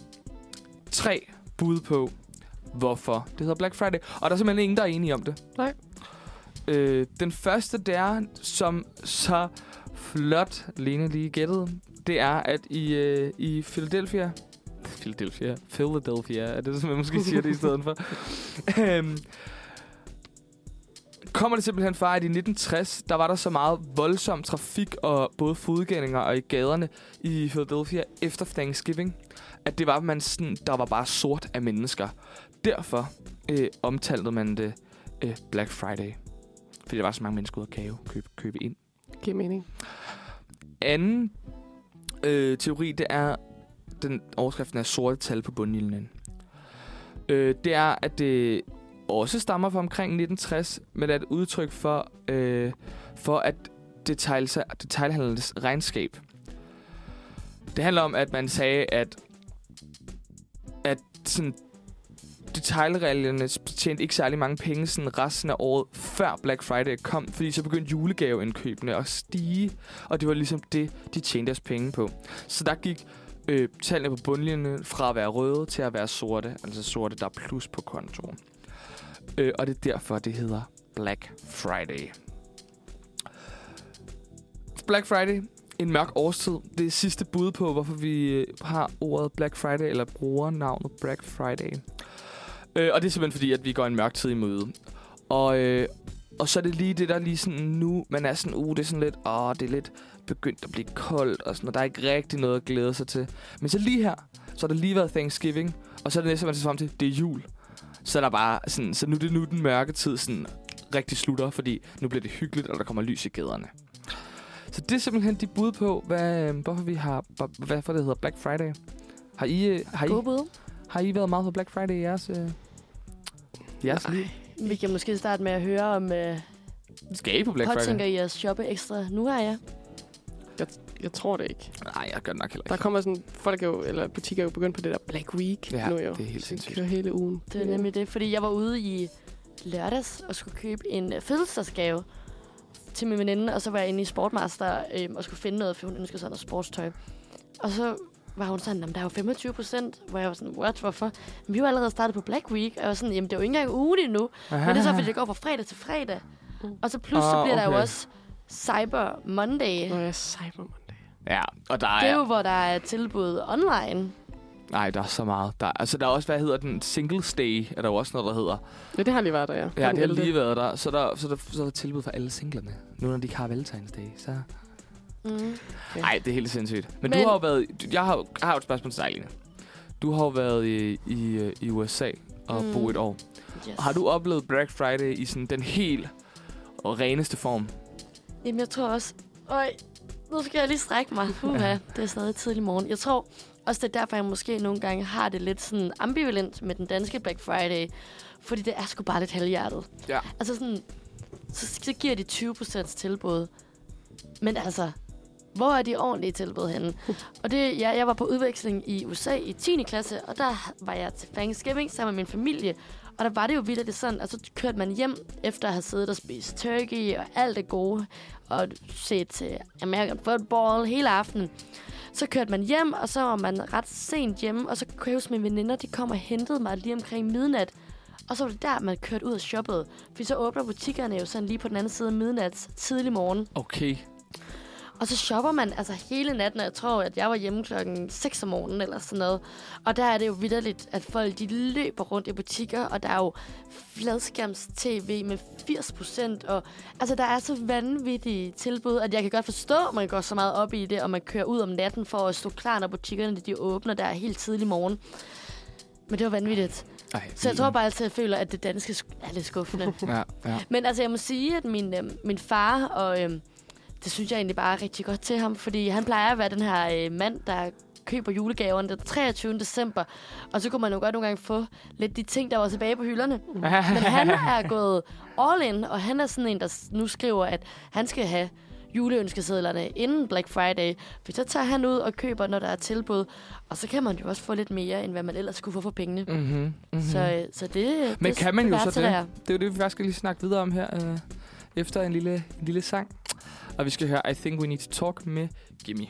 tre bud på, hvorfor det hedder Black Friday. Og der er simpelthen ingen, der er enige om det. Nej. Øh, den første, det er, som så flot Lene lige gættede, det er, at i, øh, i Philadelphia... Philadelphia? Philadelphia, er det, som jeg måske siger det i stedet for. øhm, kommer det simpelthen fra, at i nitten tres, der var der så meget voldsom trafik og både fodgængere og i gaderne i Philadelphia efter Thanksgiving, at det var, man sådan, der var bare sort af mennesker. Derfor øh, omtalte man det øh, Black Friday. Fordi der var så mange mennesker ude at kave, købe, købe ind. Giver mening. Anden øh, teori, det er, den overskriften er sorte tal på bundlinjen. Øh, det er, at det også stammer fra omkring nitten tres, men er et udtryk for, øh, for at detailhandlens regnskab. Det handler om, at man sagde, at, at sådan, detailreglerne tjente ikke særlig mange penge sådan resten af året, før Black Friday kom, fordi så begyndte julegaveindkøbene at stige, og det var ligesom det, de tjente deres penge på. Så der gik øh, tallene på bundlinjen fra at være røde til at være sorte, altså sorte, der er plus på kontoen. Øh, og det er derfor, det hedder Black Friday. Black Friday, en mørk årstid. Det er sidste bud på, hvorfor vi har ordet Black Friday, eller bruger navnet Black Friday. Øh, og det er simpelthen fordi, at vi går en mørk tid i møde. Og, øh, og så er det lige det, der lige sådan nu, man er sådan, uh, det er sådan lidt, åh, det er lidt begyndt at blive koldt, og sådan, og der er ikke rigtig noget at glæde sig til. Men så lige her, så har det lige været Thanksgiving, og så er det næste, man ser frem til, det er jul. Så er der bare sådan, så nu er det nu den mørke tid sådan rigtig slutter, fordi nu bliver det hyggeligt, og der kommer lys i gaderne. Så det er simpelthen de bud på, hvad, hvorfor vi har, hvorfor det hedder Black Friday. Har I, har I, har I været meget på Black Friday i jeres, øh, jeres liv? Vi kan måske starte med at høre om... Øh, Skal I på Black Friday? Påtænker I at shoppe ekstra nu her, ja? Jeg, jeg tror det ikke. Nej, jeg gør det nok heller ikke. Der kommer sådan, folk er jo, eller butikker er jo begyndt på det der Black Week ja, nu jo. det er helt sindssygt. Kører hele ugen. Det er nemlig det, fordi jeg var ude i lørdags og skulle købe en fødselsdagsgave til min veninde, og så var jeg inde i Sportmaster øh, og skulle finde noget, for hun ønskede sig noget sportstøj. Og så var hun sådan, der er jo femogtyve procent, hvor jeg var sådan, what, hvorfor? Men vi var allerede startet på Black Week, og jeg var sådan, jamen det er jo ikke engang ugen endnu. Men det er så, fordi det går fra fredag til fredag. Mm. Og så plus, så bliver oh, okay. der jo også Cyber Monday. Nå ja, Cyber Monday. Ja, og der er... Det er jo, hvor der er tilbud online. Nej, der er så meget. Der, altså, der er også, hvad hedder den? Singles Day, er der jo også noget, der hedder. Ja, det har lige været der, ja. Ja, det har lige været der. Så der, så der, så der er tilbud for alle singlerne. Nu når de ikke har Valentine's Day, så... Nej, mm. okay. Det er helt sindssygt. Men, Men du har jo været... Jeg har, jeg har jo et spørgsmål til dig, Line. Du har jo været i, i, i U S A og mm. boet et år. Yes. Har du oplevet Black Friday i sådan den helt og reneste form? Jamen, jeg tror også... Øj, nu skal jeg lige strække mig. Uha, det er stadig tidlig morgen. Jeg tror også, det er derfor, jeg måske nogle gange har det lidt sådan ambivalent med den danske Black Friday. Fordi det er sgu bare lidt halvhjertet. Ja. Altså sådan... Så, så giver de tyve procent tilbud. Men altså... Hvor er de ordentlige tilbud henne? Og det, ja, jeg var på udveksling i U S A i tiende klasse, og der var jeg til Thanksgiving sammen med min familie. Og der var det jo vildt, det sådan, og så kørte man hjem efter at have siddet og spist turkey og alt det gode, og set uh, American football hele aftenen. Så kørte man hjem, og så var man ret sent hjemme, og så kunne jeg huske, mine veninder, de kom og hentede mig lige omkring midnat. Og så var det der, man kørte ud og shoppede. For så åbner butikkerne jo sådan lige på den anden side af midnat, tidlig morgen. Okay. Og så shopper man altså hele natten, og jeg tror, at jeg var hjemme klokken seks om morgenen eller sådan noget. Og der er det jo vitterligt, at folk de løber rundt i butikker, og der er jo fladskærms-tv med firs procent. Og altså, der er så vanvittige tilbud, at jeg kan godt forstå, at man går så meget op i det, og man kører ud om natten for at stå klar, når butikkerne de åbner der helt tidlig morgen. Men det var vanvittigt. Ej, så jeg tror bare altid, at jeg føler, at det danske er lidt skuffende. ja, ja. Men altså, jeg må sige, at min, øh, min far og... Øh, det synes jeg egentlig bare er rigtig godt til ham, fordi han plejer at være den her øh, mand, der køber julegaverne den treogtyvende december. Og så kunne man jo godt nogle gange få lidt de ting, der var tilbage på hylderne. Men han er gået all in, og han er sådan en, der nu skriver, at han skal have juleønskesedlerne inden Black Friday. For så tager han ud og køber, når der er tilbud. Og så kan man jo også få lidt mere, end hvad man ellers skulle få for pengene. Mm-hmm, mm-hmm. Så, så det Men det, kan man det jo så det? Der. Det er jo det, vi faktisk skal lige snakke videre om her, øh, efter en lille, en lille sang. Og vi skal høre I Think We Need To Talk med Gimme.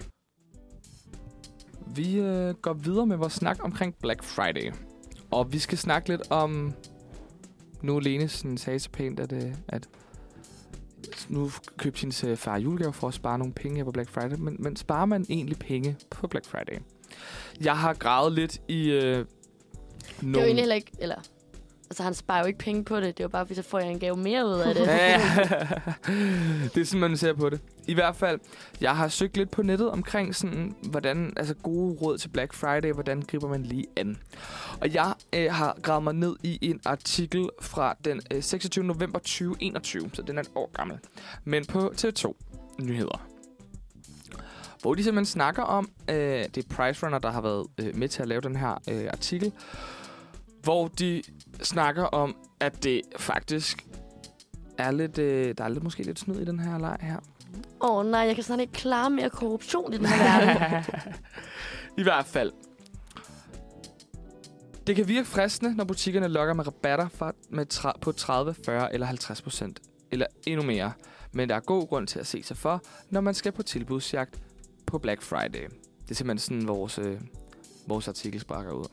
Vi øh, går videre med vores snak omkring Black Friday. Og vi skal snakke lidt om... Nu Lene sådan sagde så pænt, at, øh, at nu købte hendes øh, far julegave for at spare nogle penge her på Black Friday. Men, men sparer man egentlig penge på Black Friday? Jeg har gravet lidt i... Øh, nogle... Det er jo egentlig heller ikke... Eller... Altså, han sparer jo ikke penge på det. Det er jo bare, hvis jeg får en gave mere ud af det. Ja, det er sådan, man ser på det. I hvert fald, jeg har søgt lidt på nettet omkring sådan, hvordan, altså gode råd til Black Friday, hvordan griber man lige an. Og jeg øh, har gravet mig ned i en artikel fra den øh, seksogtyvende november tyve enogtyve, så den er et år gammel. Men på T V to Nyheder. Hvor de simpelthen snakker om, øh, det er PriceRunner, der har været øh, med til at lave den her øh, artikel, hvor de snakker om, at det faktisk er lidt, øh, der er lidt, måske lidt snyd i den her leg her. Åh oh, nej, jeg kan snart ikke klare mere korruption i den her verden. I hvert fald. Det kan virke fristende, når butikkerne lokker med rabatter for, med tra- på tredive, fyrre eller halvtreds procent. Eller endnu mere. Men der er god grund til at se sig for, når man skal på tilbudsjagt på Black Friday. Det er simpelthen sådan, vores, øh, vores artikel sparker ud.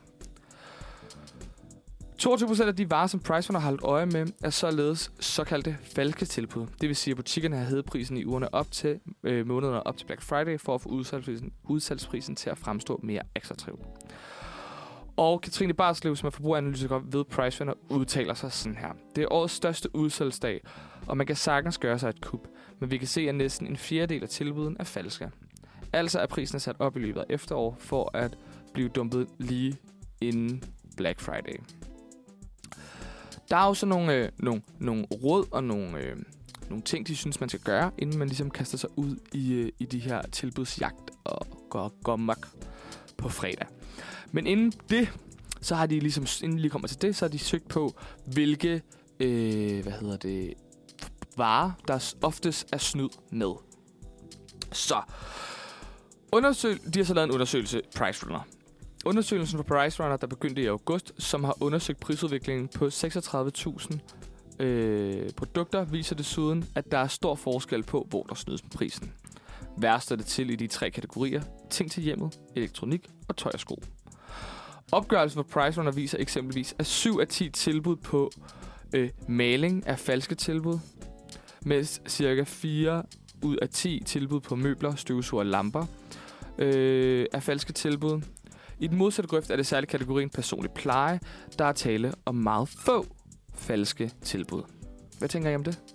toogtyve procent af de varer, som PriceRunner har holdt øje med, er således såkaldte falske tilbud. Det vil sige, at butikkerne har hævet prisen i ugerne op til øh, månederne op til Black Friday, for at få udsalgsprisen, udsalgsprisen til at fremstå mere attraktiv. Og Katrine Barslev, som er forbrugeranalytiker ved PriceRunner, udtaler sig sådan her. Det er årets største udsalgsdag, og man kan sagtens gøre sig et kup, men vi kan se, at næsten en fjerdedel af tilbuden er falske. Altså er prisen sat op i løbet af efterår for at blive dumpet lige inden Black Friday. Der er også nogle, øh, nogle, nogle råd og nogle, øh, nogle ting, de synes, man skal gøre, inden man ligesom kaster sig ud i, øh, i de her tilbudsjagt og går, går mok på fredag. Men inden det, så har de ligesom, inden de lige kommer til det, så har de søgt på, hvilke øh, hvad hedder det, varer, der oftest er snyd med. Så, undersøg, de har så lavet en undersøgelse, PriceRunner. Undersøgelsen fra PriceRunner, der begyndte i august, som har undersøgt prisudviklingen på seksogtredive tusind øh, produkter, viser desuden, at der er stor forskel på, hvor der snydes med prisen. Værst er det til i de tre kategorier: ting til hjemmet, elektronik og tøj og sko. Opgørelsen fra PriceRunner viser eksempelvis, at syv af ti tilbud på øh, maling er falske tilbud, mens cirka fire ud af ti tilbud på møbler, støvsuger og lamper øh, er falske tilbud. I den modsatte grøft er det særligt kategorien personlig pleje, der er tale om meget få falske tilbud. Hvad tænker I om det?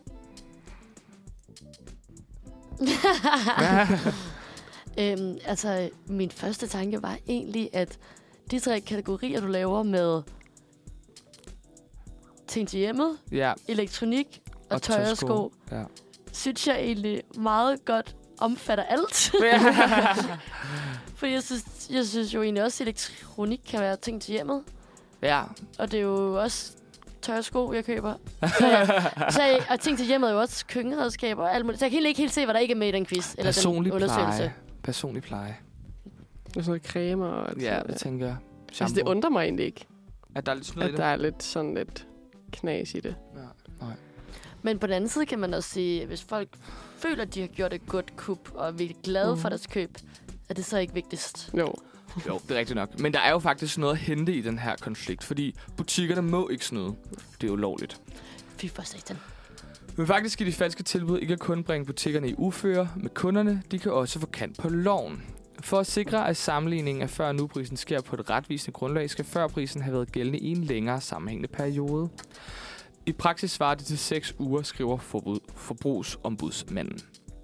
øhm, altså, min første tanke var egentlig, at de tre kategorier, du laver med ting til hjemmet, ja. elektronik og, og tøj og sko, ja. synes jeg egentlig meget godt omfatter alt. For jeg synes, jeg synes jo egentlig også, at elektronik kan være ting til hjemmet. Ja. Og det er jo også tøj og sko, jeg køber. Så jeg, så jeg, og ting til hjemmet er jo også køkkenredskaber og alt muligt. Så jeg kan ikke helt se, hvad der ikke er med i den quiz. Eller personlig den undersøgelse. Pleje. Personlig pleje. Og sådan noget cremer og alt Ja, det det tænker jeg. Shampoo. Altså, det undrer mig egentlig ikke. At der er lidt snyd i At det? der er lidt sådan lidt knas i det. Ja, nej. Men på den anden side kan man også sige, at hvis folk føler, at de har gjort et godt kup, og er virkelig glade mm. for deres køb, er det så ikke vigtigst? Jo. Jo, det er rigtigt nok. Men der er jo faktisk noget at hente i den her konflikt, fordi butikkerne må ikke snyde. Det er jo lovligt. Fy for satan. Men faktisk skal de falske tilbud ikke kun bringe butikkerne i uføre med kunderne, de kan også få kant på loven. For at sikre, at sammenligningen af før- og nu-prisen sker på et retvisende grundlag, skal førprisen have været gældende i en længere sammenhængende periode. I praksis svarer det til seks uger, skriver forbrugsombudsmanden.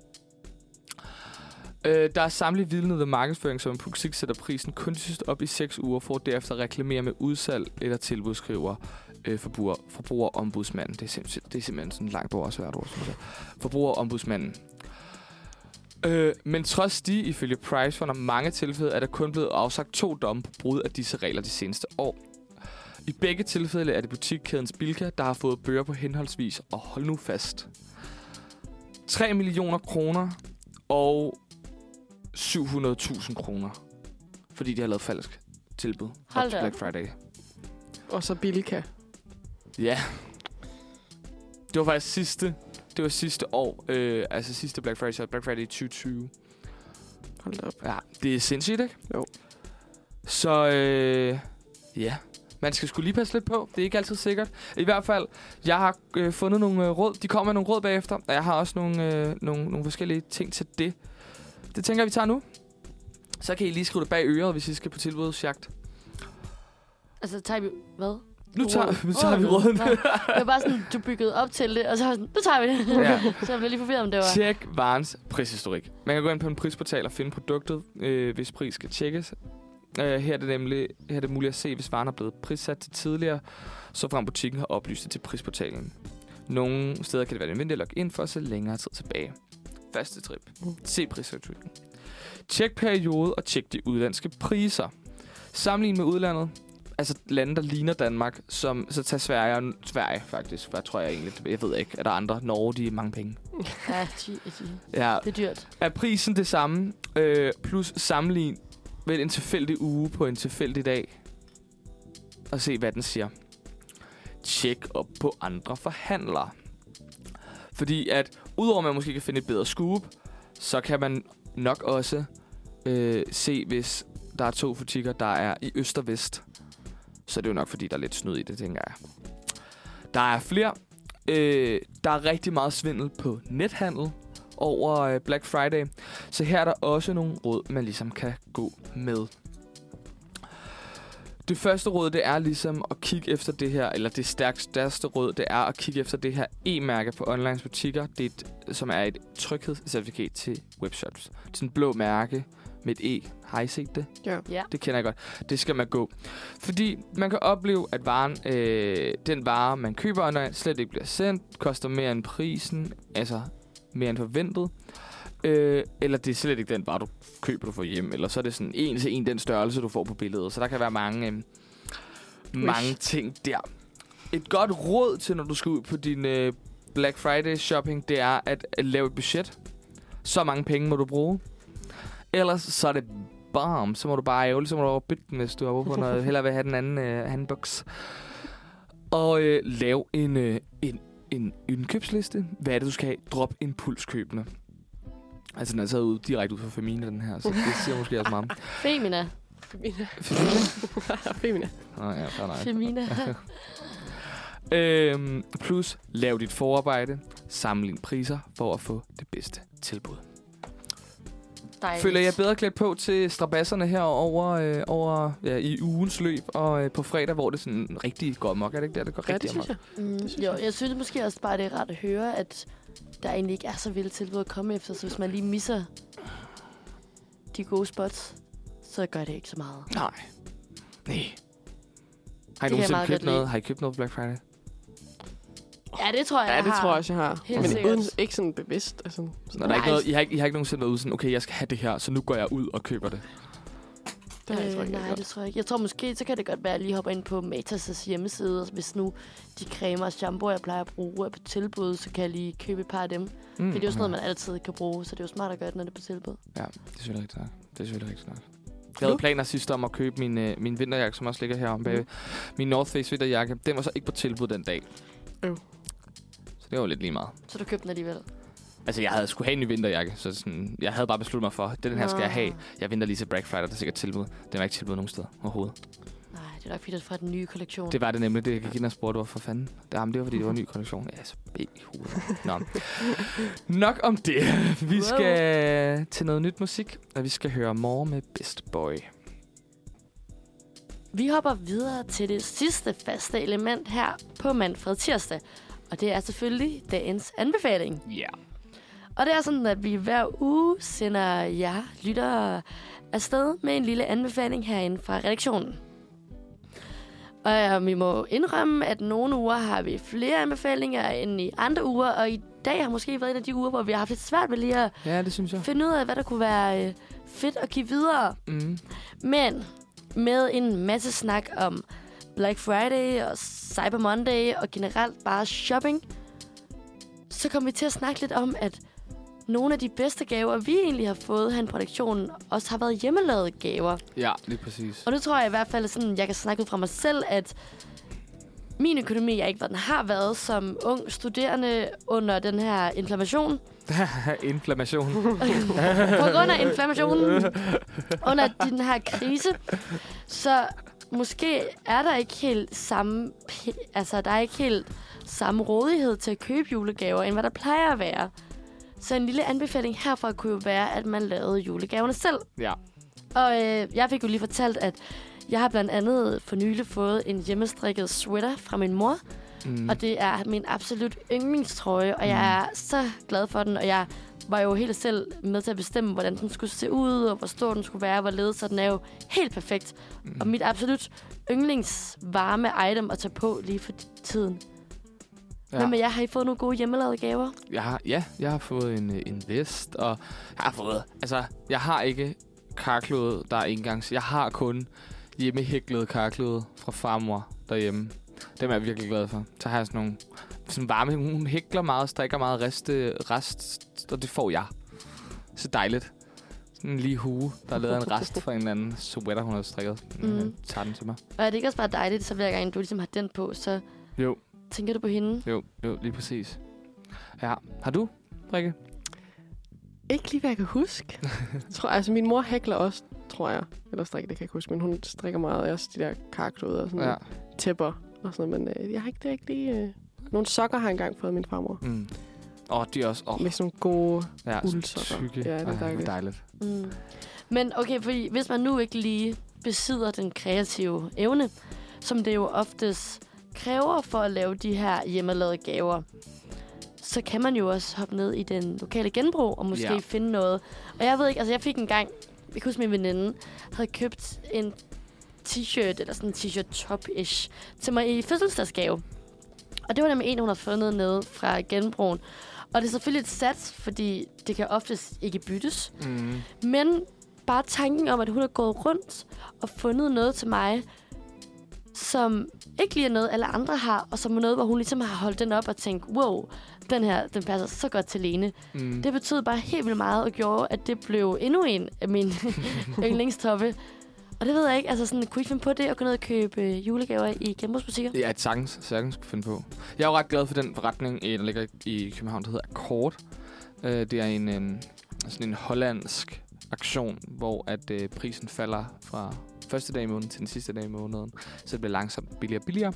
Øh, der er samlet vidnet ved markedsføring, som en butik sætter prisen kun sidst op i seks uger, for at derefter reklamere med udsalg eller tilbud, skriver øh, forbruger, forbrugerombudsmanden. Det er, simpelthen, det er simpelthen sådan et langt ord og svært ord. Forbrugerombudsmanden. Øh, men trods de, ifølge PriceRunner, mange tilfælde, er der kun blevet afsagt to domme på brud af disse regler de seneste år. I begge tilfælde er det butikkædens Bilka, der har fået bøger på henholdsvis, og hold nu fast, tre millioner kroner og syv hundrede tusind kroner, fordi de har lavet falsk tilbud op til Black Friday. Og så Bilka. Ja. Det var faktisk sidste, det var sidste år, øh, altså sidste Black Friday, Black Friday tyve tyve. Hold da op. Ja, det er sindssygt, ikke? Jo. Så, øh, ja. Man skal sgu lige passe lidt på. Det er ikke altid sikkert. I hvert fald, jeg har øh, fundet nogle øh, råd. De kommer med nogle råd bagefter, og jeg har også nogle, øh, nogle, nogle forskellige ting til det. Det tænker jeg, vi tager nu. Så kan I lige skrive det bag øret, hvis I skal på tilbudsjagt. Altså, tager vi hvad? nu tager, Råd. nu tager vi råden. Det var bare sådan, du byggede op til det, og så var sådan, nu tager vi det. Ja. Så jeg blev lige forvirret, om det var... Tjek varens prishistorik. Man kan gå ind på en prisportal og finde produktet, øh, hvis pris skal tjekkes. Øh, her er det nemlig her er det muligt at se, hvis varen er blevet prissat til tidligere, så frem butikken har oplyst det til prisportalen. Nogle steder kan det være nødvendigt at logge ind for at se længere tid tilbage. Første trip. Se prishistorikken. Tjek periode og tjek de udlandske priser. Sammenlign med udlandet. Altså lande, der ligner Danmark, som så tager Sverige og Sverige faktisk. Hvad tror jeg egentlig? Jeg ved ikke. Er der andre? Norge, de er mange penge. Ja, de, de, Ja. det er dyrt. Er prisen det samme, øh, plus sammenlign med en tilfældig uge på en tilfældig dag, og se, hvad den siger. Tjek op på andre forhandlere. Fordi at, udover at man måske kan finde et bedre scoop, så kan man nok også øh, se, hvis der er to butikker, der er i øst og vest. Så er det jo nok, fordi der er lidt snyd i det, tænker jeg. Der er flere. Øh, der er rigtig meget svindel på nethandel over øh, Black Friday. Så her er der også nogle råd, man ligesom kan gå med. Det første råd, det er ligesom at kigge efter det her, eller det stærkeste råd, det er at kigge efter det her e-mærke på online butikker, det er et, som er et tryghedscertifikat til webshops. Det er sådan en blå mærke med et E. Har I set det? Ja. Ja. Det kender jeg godt. Det skal man gå. Fordi man kan opleve, at varen, øh, den vare, man køber online, slet ikke bliver sendt, koster mere end prisen, altså mere end forventet. Øh, eller det er slet ikke den vare, du køber, du får hjem. Eller så er det sådan en til en den størrelse, du får på billedet. Så der kan være mange, øh, mange ting der. Et godt råd til, når du skal ud på din øh, Black Friday shopping, det er at, at lave et budget. Så mange penge må du bruge. Ellers så er det bam, så må du bare ævle, så må du over bytte den, hvis du er på noget. Hellere vil have den anden øh, handboks. Og øh, lav en, øh, en, en indkøbsliste. Hvad er det, du skal have? Drop impulskøbene. Altså, den er taget ud, direkte ud fra Femina, den her, så det siger måske også meget. Femina. Femina. Femina? Femina. Nå ja, fair nok. Femina. øhm, plus, lav dit forarbejde. Sammenlign priser for at få det bedste tilbud. Dejligt. Føler jeg bedre klædt på til strabasserne her over, øh, over ja, i ugens løb og øh, på fredag, hvor det sådan rigtig går amok. Er det ikke der, det går Ja, rigtig det synes amok? jeg. Mm, Det synes jo, jeg. jeg synes måske også bare, det er rart at høre, at der egentlig ikke er så vildt tilbud at komme efter. Så hvis man lige misser de gode spots, så gør det ikke så meget. Nej. Nej. Har I kan jeg nogensinde meget købt godt noget? lide. Har I købt noget på Black Friday? Ja, det tror jeg, Ja, jeg det har. tror jeg også, jeg har. Helt Men sikkert. uden, ikke sådan bevidst. Altså, Så der er ikke Nej. noget, I, har ikke, I har ikke nogensinde været ude sådan, okay, jeg skal have det her, så nu går jeg ud og køber det. det har jeg, tror jeg, øh, ikke, nej, jeg det tror jeg ikke. Jeg tror måske, så kan det godt være, at jeg lige hopper ind på Matas' hjemmeside. Hvis nu de cremer og shampooer, jeg plejer at bruge, er på tilbud, så kan jeg lige købe et par af dem. Mm, For det er jo sådan noget, man altid kan bruge, så det er jo smart at gøre det, når det er på tilbud. Ja, det er selvfølgelig rigtigt nok. Det er selvfølgelig rigtigt nok. Jeg havde planer sidste om at købe min, øh, min vinterjakke, som også ligger her om bagved. Min North Face vinterjakke, den var så ikke på tilbud den dag. Øv. Så det var lidt lige meget. Så du købte den alligevel. Altså, jeg havde skulle have en ny vinterjakke, så sådan, jeg havde bare besluttet mig for, den her skal jeg have. Nå. Jeg venter lige til Black Friday, der er sikkert tilbud. Den var ikke tilbud nogen steder overhovedet. Nej, det er nok fordi, det er fra den nye kollektion. Det var det nemlig, det jeg gik ind og spurgte, hvorfor fanden. Det, jamen, det var fordi, det var en ny kollektion. Ja, så b i hovedet. Nå. Nok om det. Vi Wow. skal til noget nyt musik, og vi skal høre More med Best Boy. Vi hopper videre til det sidste faste element her på Manfred Tirsdag. Og det er selvfølgelig dagens anbefaling. Ja. Yeah. Og det er sådan, at vi hver uge sender jer lyttere afsted med en lille anbefaling herinde fra redaktionen. Og ja, vi må indrømme, at nogle uger har vi flere anbefalinger end i andre uger. Og i dag har måske været en af de uger, hvor vi har haft lidt svært ved lige at Ja, det synes jeg. finde ud af, hvad der kunne være øh, fedt at give videre. Mm. Men med en masse snak om Black Friday og Cyber Monday og generelt bare shopping, så kom vi til at snakke lidt om, at nogle af de bedste gaver, vi egentlig har fået her i produktionen, også har været hjemmelavede gaver. Ja, lige præcis. Og det tror jeg i hvert fald, sådan, jeg kan snakke ud fra mig selv, at min økonomi er ikke, hvad den har været som ung studerende under den her inflammation. Inflammation. På grund af inflammationen under den her krise. Så måske er der ikke helt samme, altså der er ikke helt samme rådighed til at købe julegaver, end hvad der plejer at være. Så en lille anbefaling herfra kunne jo være, at man lavede julegaverne selv. Ja. Og øh, jeg fik jo lige fortalt, at Jeg har blandt andet for nylig fået en hjemmestrikket sweater fra min mor. Mm. Og det er min absolut yndlingstrøje, og mm. jeg er så glad for den. Og jeg var jo helt selv med til at bestemme, hvordan den skulle se ud, og hvor stor den skulle være, hvorledes. Så den er jo helt perfekt. Mm. Og mit absolut yndlingsvarme item at tage på lige for tiden. Ja. Hvad med jer? Har I fået nogle gode hjemmelavede gaver? Jeg har, ja, jeg har fået en, en vest, og jeg har fået... Altså, jeg har ikke karklode, der er engangs. Jeg har kun hjemmehæklede karklode fra farmor derhjemme. Dem er jeg virkelig glad for. Så har jeg sådan nogle sådan varme... Hun hækler meget, strikker meget reste, rest, og det får jeg. Så dejligt. Sådan en lige hue, der er lavet en rest fra en eller anden sweater, hun har strikket. Mm. Jeg tager den til mig. Og er det ikke også bare dejligt, så hver gang du ligesom har den på, så... Jo. Tænker du på hende? Jo, jo, lige præcis. Ja. Har du, Rikke? Ikke lige, hvad jeg kan huske. tror, altså, min mor hækler også, tror jeg. Eller strikker, det kan jeg ikke huske. Men hun strikker meget også de der karkloder og sådan ja. Tæpper og sådan noget. Men øh, jeg har ikke, det er ikke lige... Øh... Nogle sokker har jeg engang fået af min farmor. Mm. Åh, oh, de er også... Oh. Med sådan nogle gode ja, uldsokker. Tykke. Ja, det er dejligt. Ej, dejligt. Mm. Men okay, fordi hvis man nu ikke lige besidder den kreative evne, som det jo oftest kræver for at lave de her hjemmelavede gaver, så kan man jo også hoppe ned i den lokale genbrug og måske ja. finde noget. Og jeg ved ikke, altså jeg fik en gang, jeg kan huske min veninde, havde købt en t-shirt, eller sådan en t-shirt-top-ish, til mig i fødselsdagsgave. Og det var nemlig en, hun havde fundet nede fra genbrugen. Og det er selvfølgelig et sats, fordi det kan oftest ikke byttes. Mm. Men bare tanken om, at hun har gået rundt og fundet noget til mig, som ikke lige er noget, alle andre har, og som er noget, hvor hun ligesom har holdt den op og tænkt, wow, den her, den passer så godt til Lene. Mm. Det betød bare helt vildt meget, og gjorde, at det blev endnu en af mine yndlingstoppe. Og det ved jeg ikke, altså sådan, kunne I finde på det at gå ned og købe julegaver i genbrugsbutikker? Ja, et sagtens, sagtens kunne finde på. Jeg er jo ret glad for den forretning, der ligger i København, der hedder Akkord. Det er en, en, sådan en hollandsk aktion, hvor at øh, prisen falder fra første dag i måneden til den sidste dag i måneden, så det bliver langsomt billigere og billigere.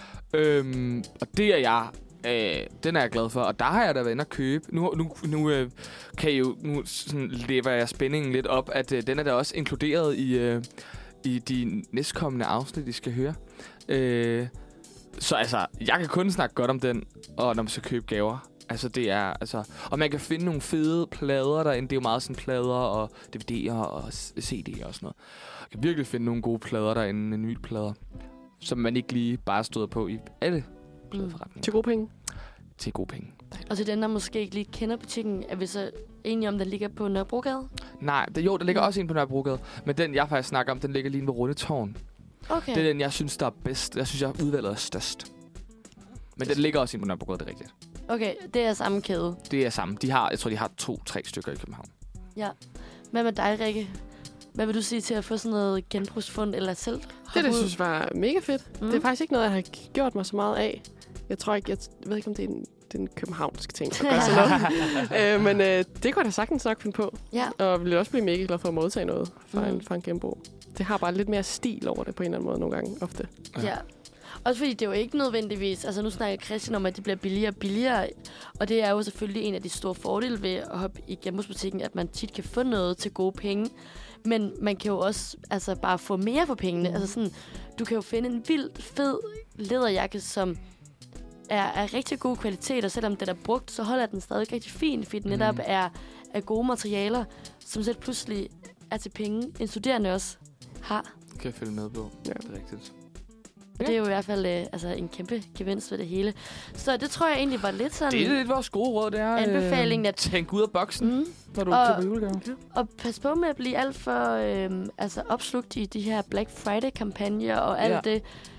Øhm, og det er jeg, øh, den er jeg glad for, og der har jeg da været inde at købe. Nu, nu, nu øh, kan I jo, nu sådan lever jeg spændingen lidt op, at øh, den er da også inkluderet i, øh, i de næstkommende afsnit, I skal høre. Øh, så altså, jeg kan kun snakke godt om den, og når man skal købe gaver. Altså, det er, altså... Og man kan finde nogle fede plader derinde. Det er jo meget sådan plader og D V D'er og C D'er og sådan noget. Man kan virkelig finde nogle gode plader derinde, en vinylplader, som man ikke lige bare støder på i alle pladeforretninger. Til gode penge? Til gode penge. Og til den, der måske ikke lige kender butikken, er vi så enige om, den ligger på Nørrebrogade? Nej, det, jo, der ligger også en på Nørrebrogade. Men den, jeg faktisk snakker om, den ligger lige ved Rundetårn. Okay. Det er den, jeg synes, der er bedst. Jeg synes, jeg udvalget er størst. Men den ligger også inde på Nørrebrogade, det er rigtigt. Okay, det er samme kæde. Det er samme. De har, jeg tror, de har to-tre stykker i København. Ja. Hvad med dig, Rikke? Hvad vil du sige til at få sådan noget genbrugsfund eller selv? Det, det synes jeg var mega fedt. Mm. Det er faktisk ikke noget, jeg har gjort mig så meget af. Jeg tror ikke, jeg, jeg ved ikke, om det er en, det er en københavnsk ting, at gøre sådan noget. øh, men øh, det kunne jeg da sagtens nok finde på. Ja. Og ville også blive mega glad for at modtage noget fra, mm. en, fra en genbrug. Det har bare lidt mere stil over det på en eller anden måde nogle gange, ofte. Ja. ja. Også fordi det er jo ikke nødvendigvis... Altså nu snakker Christian om, at det bliver billigere og billigere. Og det er jo selvfølgelig en af de store fordele ved at hoppe i genbrugsbutikken, at man tit kan få noget til gode penge. Men man kan jo også altså, bare få mere for pengene. Mm. Altså sådan, du kan jo finde en vildt fed læderjakke, som er af rigtig god kvalitet. Og selvom den er brugt, så holder den stadig rigtig fint, fordi den mm. netop er, er gode materialer, som selv pludselig er til penge. En studerende også har. Kan jeg følge med på. Ja, det er rigtigt. Og det er jo i hvert fald øh, altså en kæmpe gevinst ved det hele. Så det tror jeg egentlig var lidt sådan... Det er lidt vores gode råd, det er... Anbefalingen, at... Tænk ud af boksen, mm. når du og, køber julegaver. Og pas på med at blive alt for øh, altså opslugt i de her Black Friday-kampagner og alt ja. det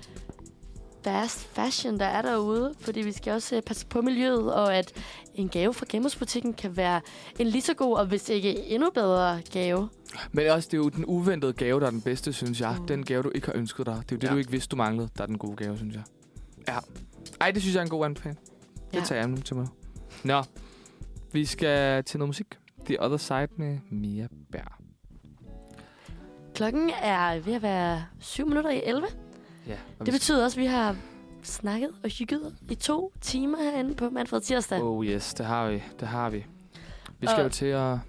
fast fashion, der er derude. Fordi vi skal også øh, passe på miljøet, og at en gave fra genbrugsbutikken kan være en lige så god, og hvis ikke endnu bedre gave. Men også, det er jo den uventede gave, der er den bedste, synes jeg. Mm. Den gave, du ikke har ønsket dig. Det er jo det, ja. du ikke vidste, du manglede, der er den gode gave, synes jeg. Ja. Ej, det synes jeg er en god anbefaling. Det ja. tager jeg nu til mig. Nå, vi skal til noget musik. The Other Side med Mia Bær. Klokken er ved at være syv minutter i elleve. Ja, det betyder også, at vi har snakket og hygget i to timer herinde på Manfred Tirsdag. Oh yes, det har vi. Det har vi. Vi skal uh, jo til at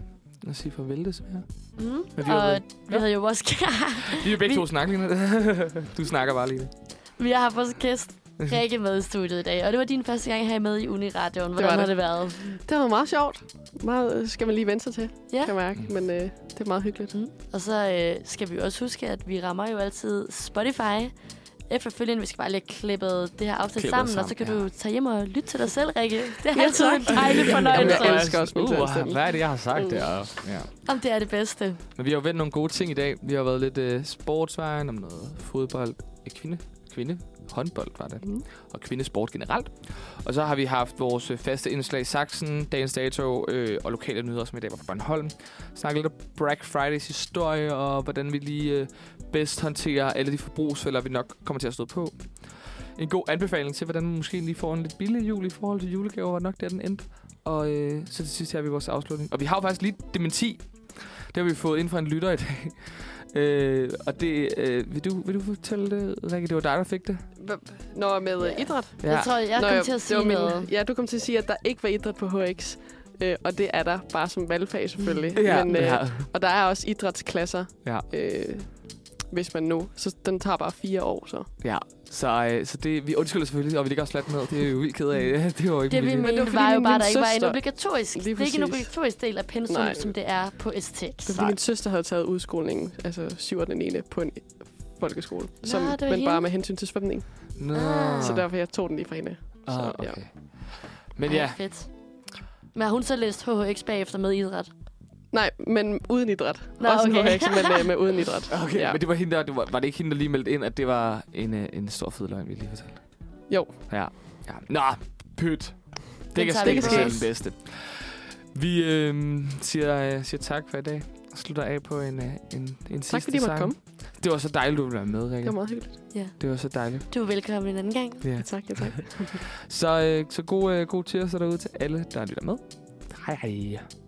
at sige farvel desværre. Mm. Men vi Og har været- vi havde jo også... Vi er begge Vi- to snakke lige nu. Du snakker bare lige. vi har haft vores gæst Rikke med i studiet i dag, og det var din første gang her med i Uniradioen. Hvordan var har det. det været? Det var meget sjovt. Meget skal man lige vente sig til, Ja. kan jeg mærke. Men øh, det er meget hyggeligt. Mm. Og så øh, skal vi også huske, at vi rammer jo altid Spotify. Efterfølgende, vi skal bare lige have klippet det her afsnit Klippet sammen, sammen, og så kan ja. du tage hjem og lytte til dig selv, Rikke. Det er Ja, altid tak. en dejlig fornøjelse. Jamen, jeg elsker også min uh, talestemme. Hvad er det, jeg har sagt Mm. der? Ja. Om det er det bedste. Men vi har jo vendt nogle gode ting i dag. Vi har været lidt øh, sportsvejen om noget fodbold. Øh, kvinde. Kvinde. Håndbold var det. Mm. Og kvindesport generelt. Og så har vi haft vores øh, faste indslag i Saxen, dagens dato øh, og lokale nyheder, som i dag var fra Bornholm. Snakket lidt om Black Fridays historie, og hvordan vi lige øh, bedst håndterer alle de forbrugsfælder, vi nok kommer til at stå på. En god anbefaling til, hvordan man måske lige får en lidt billig jul i forhold til julegaver, var nok der den endte. Og øh, så til sidst her har vi vores afslutning. Og vi har jo faktisk lige dementi. Det har vi fået ind fra en lytter i dag. øh, og det, øh, vil, du, vil du fortælle det, Rikke? Det var dig, der fik det. Når med Ja. ja. idræt. Ja. Jeg tror, jeg Nå, kom ja, til at det sige var min- noget. Ja, du kom til at sige, at der ikke var idræt på H X. Øh, og det er der bare som valgfag selvfølgelig. Ja, Men, øh, ja. Og der er også idrætsklasser, Ja. øh, hvis man nu. Så den tager bare fire år, så. Ja, så, øh, så det, vi undskylder selvfølgelig, og vi ligger også slat ned. Det er jo vildt ked af. Det var jo ikke Det vi vilje. Men det var mente fordi var jo min- bare, min at der ikke var en søster- obligatorisk. Lige Det er ikke en præcis. obligatorisk del af pensum, Nej. som det er på S T X. Det var fordi min søster havde taget udskolingen, altså syvende og niende på en folkeskole. Nå, Som, det var men hende. bare med hensyn til svømning. Nå. Ah. Så derfor jeg tog den lige fra hende. Ah, Så, okay. ja. Men Ej, ja, fedt. Men har hun så læst H H X bagefter med idræt? Nej, men uden idræt. Nå, Også okay. en H X, men øh, med uden idræt. okay. Ja. Men det var, hende, der, det var, var det ikke hende, der lige meldte ind, at det var en, øh, en stor fed løgn, vi lige fortalte? Jo. Ja. ja. Nå, pyt. Det Den kan tager vi ske på til os. den bedste. Vi øh, siger, øh, siger tak for i dag. Og slutter af på en, øh, en, en sidste Tak fordi I måtte sang. komme. Det var så dejligt, du ville være med, Det Rikke. var meget hyggeligt. Det var så dejligt. Du er velkommen en anden gang. Ja. Tak, ja tak. Så, øh, så god, øh, god tirsdag derude til alle, der lytter med. Hej hej.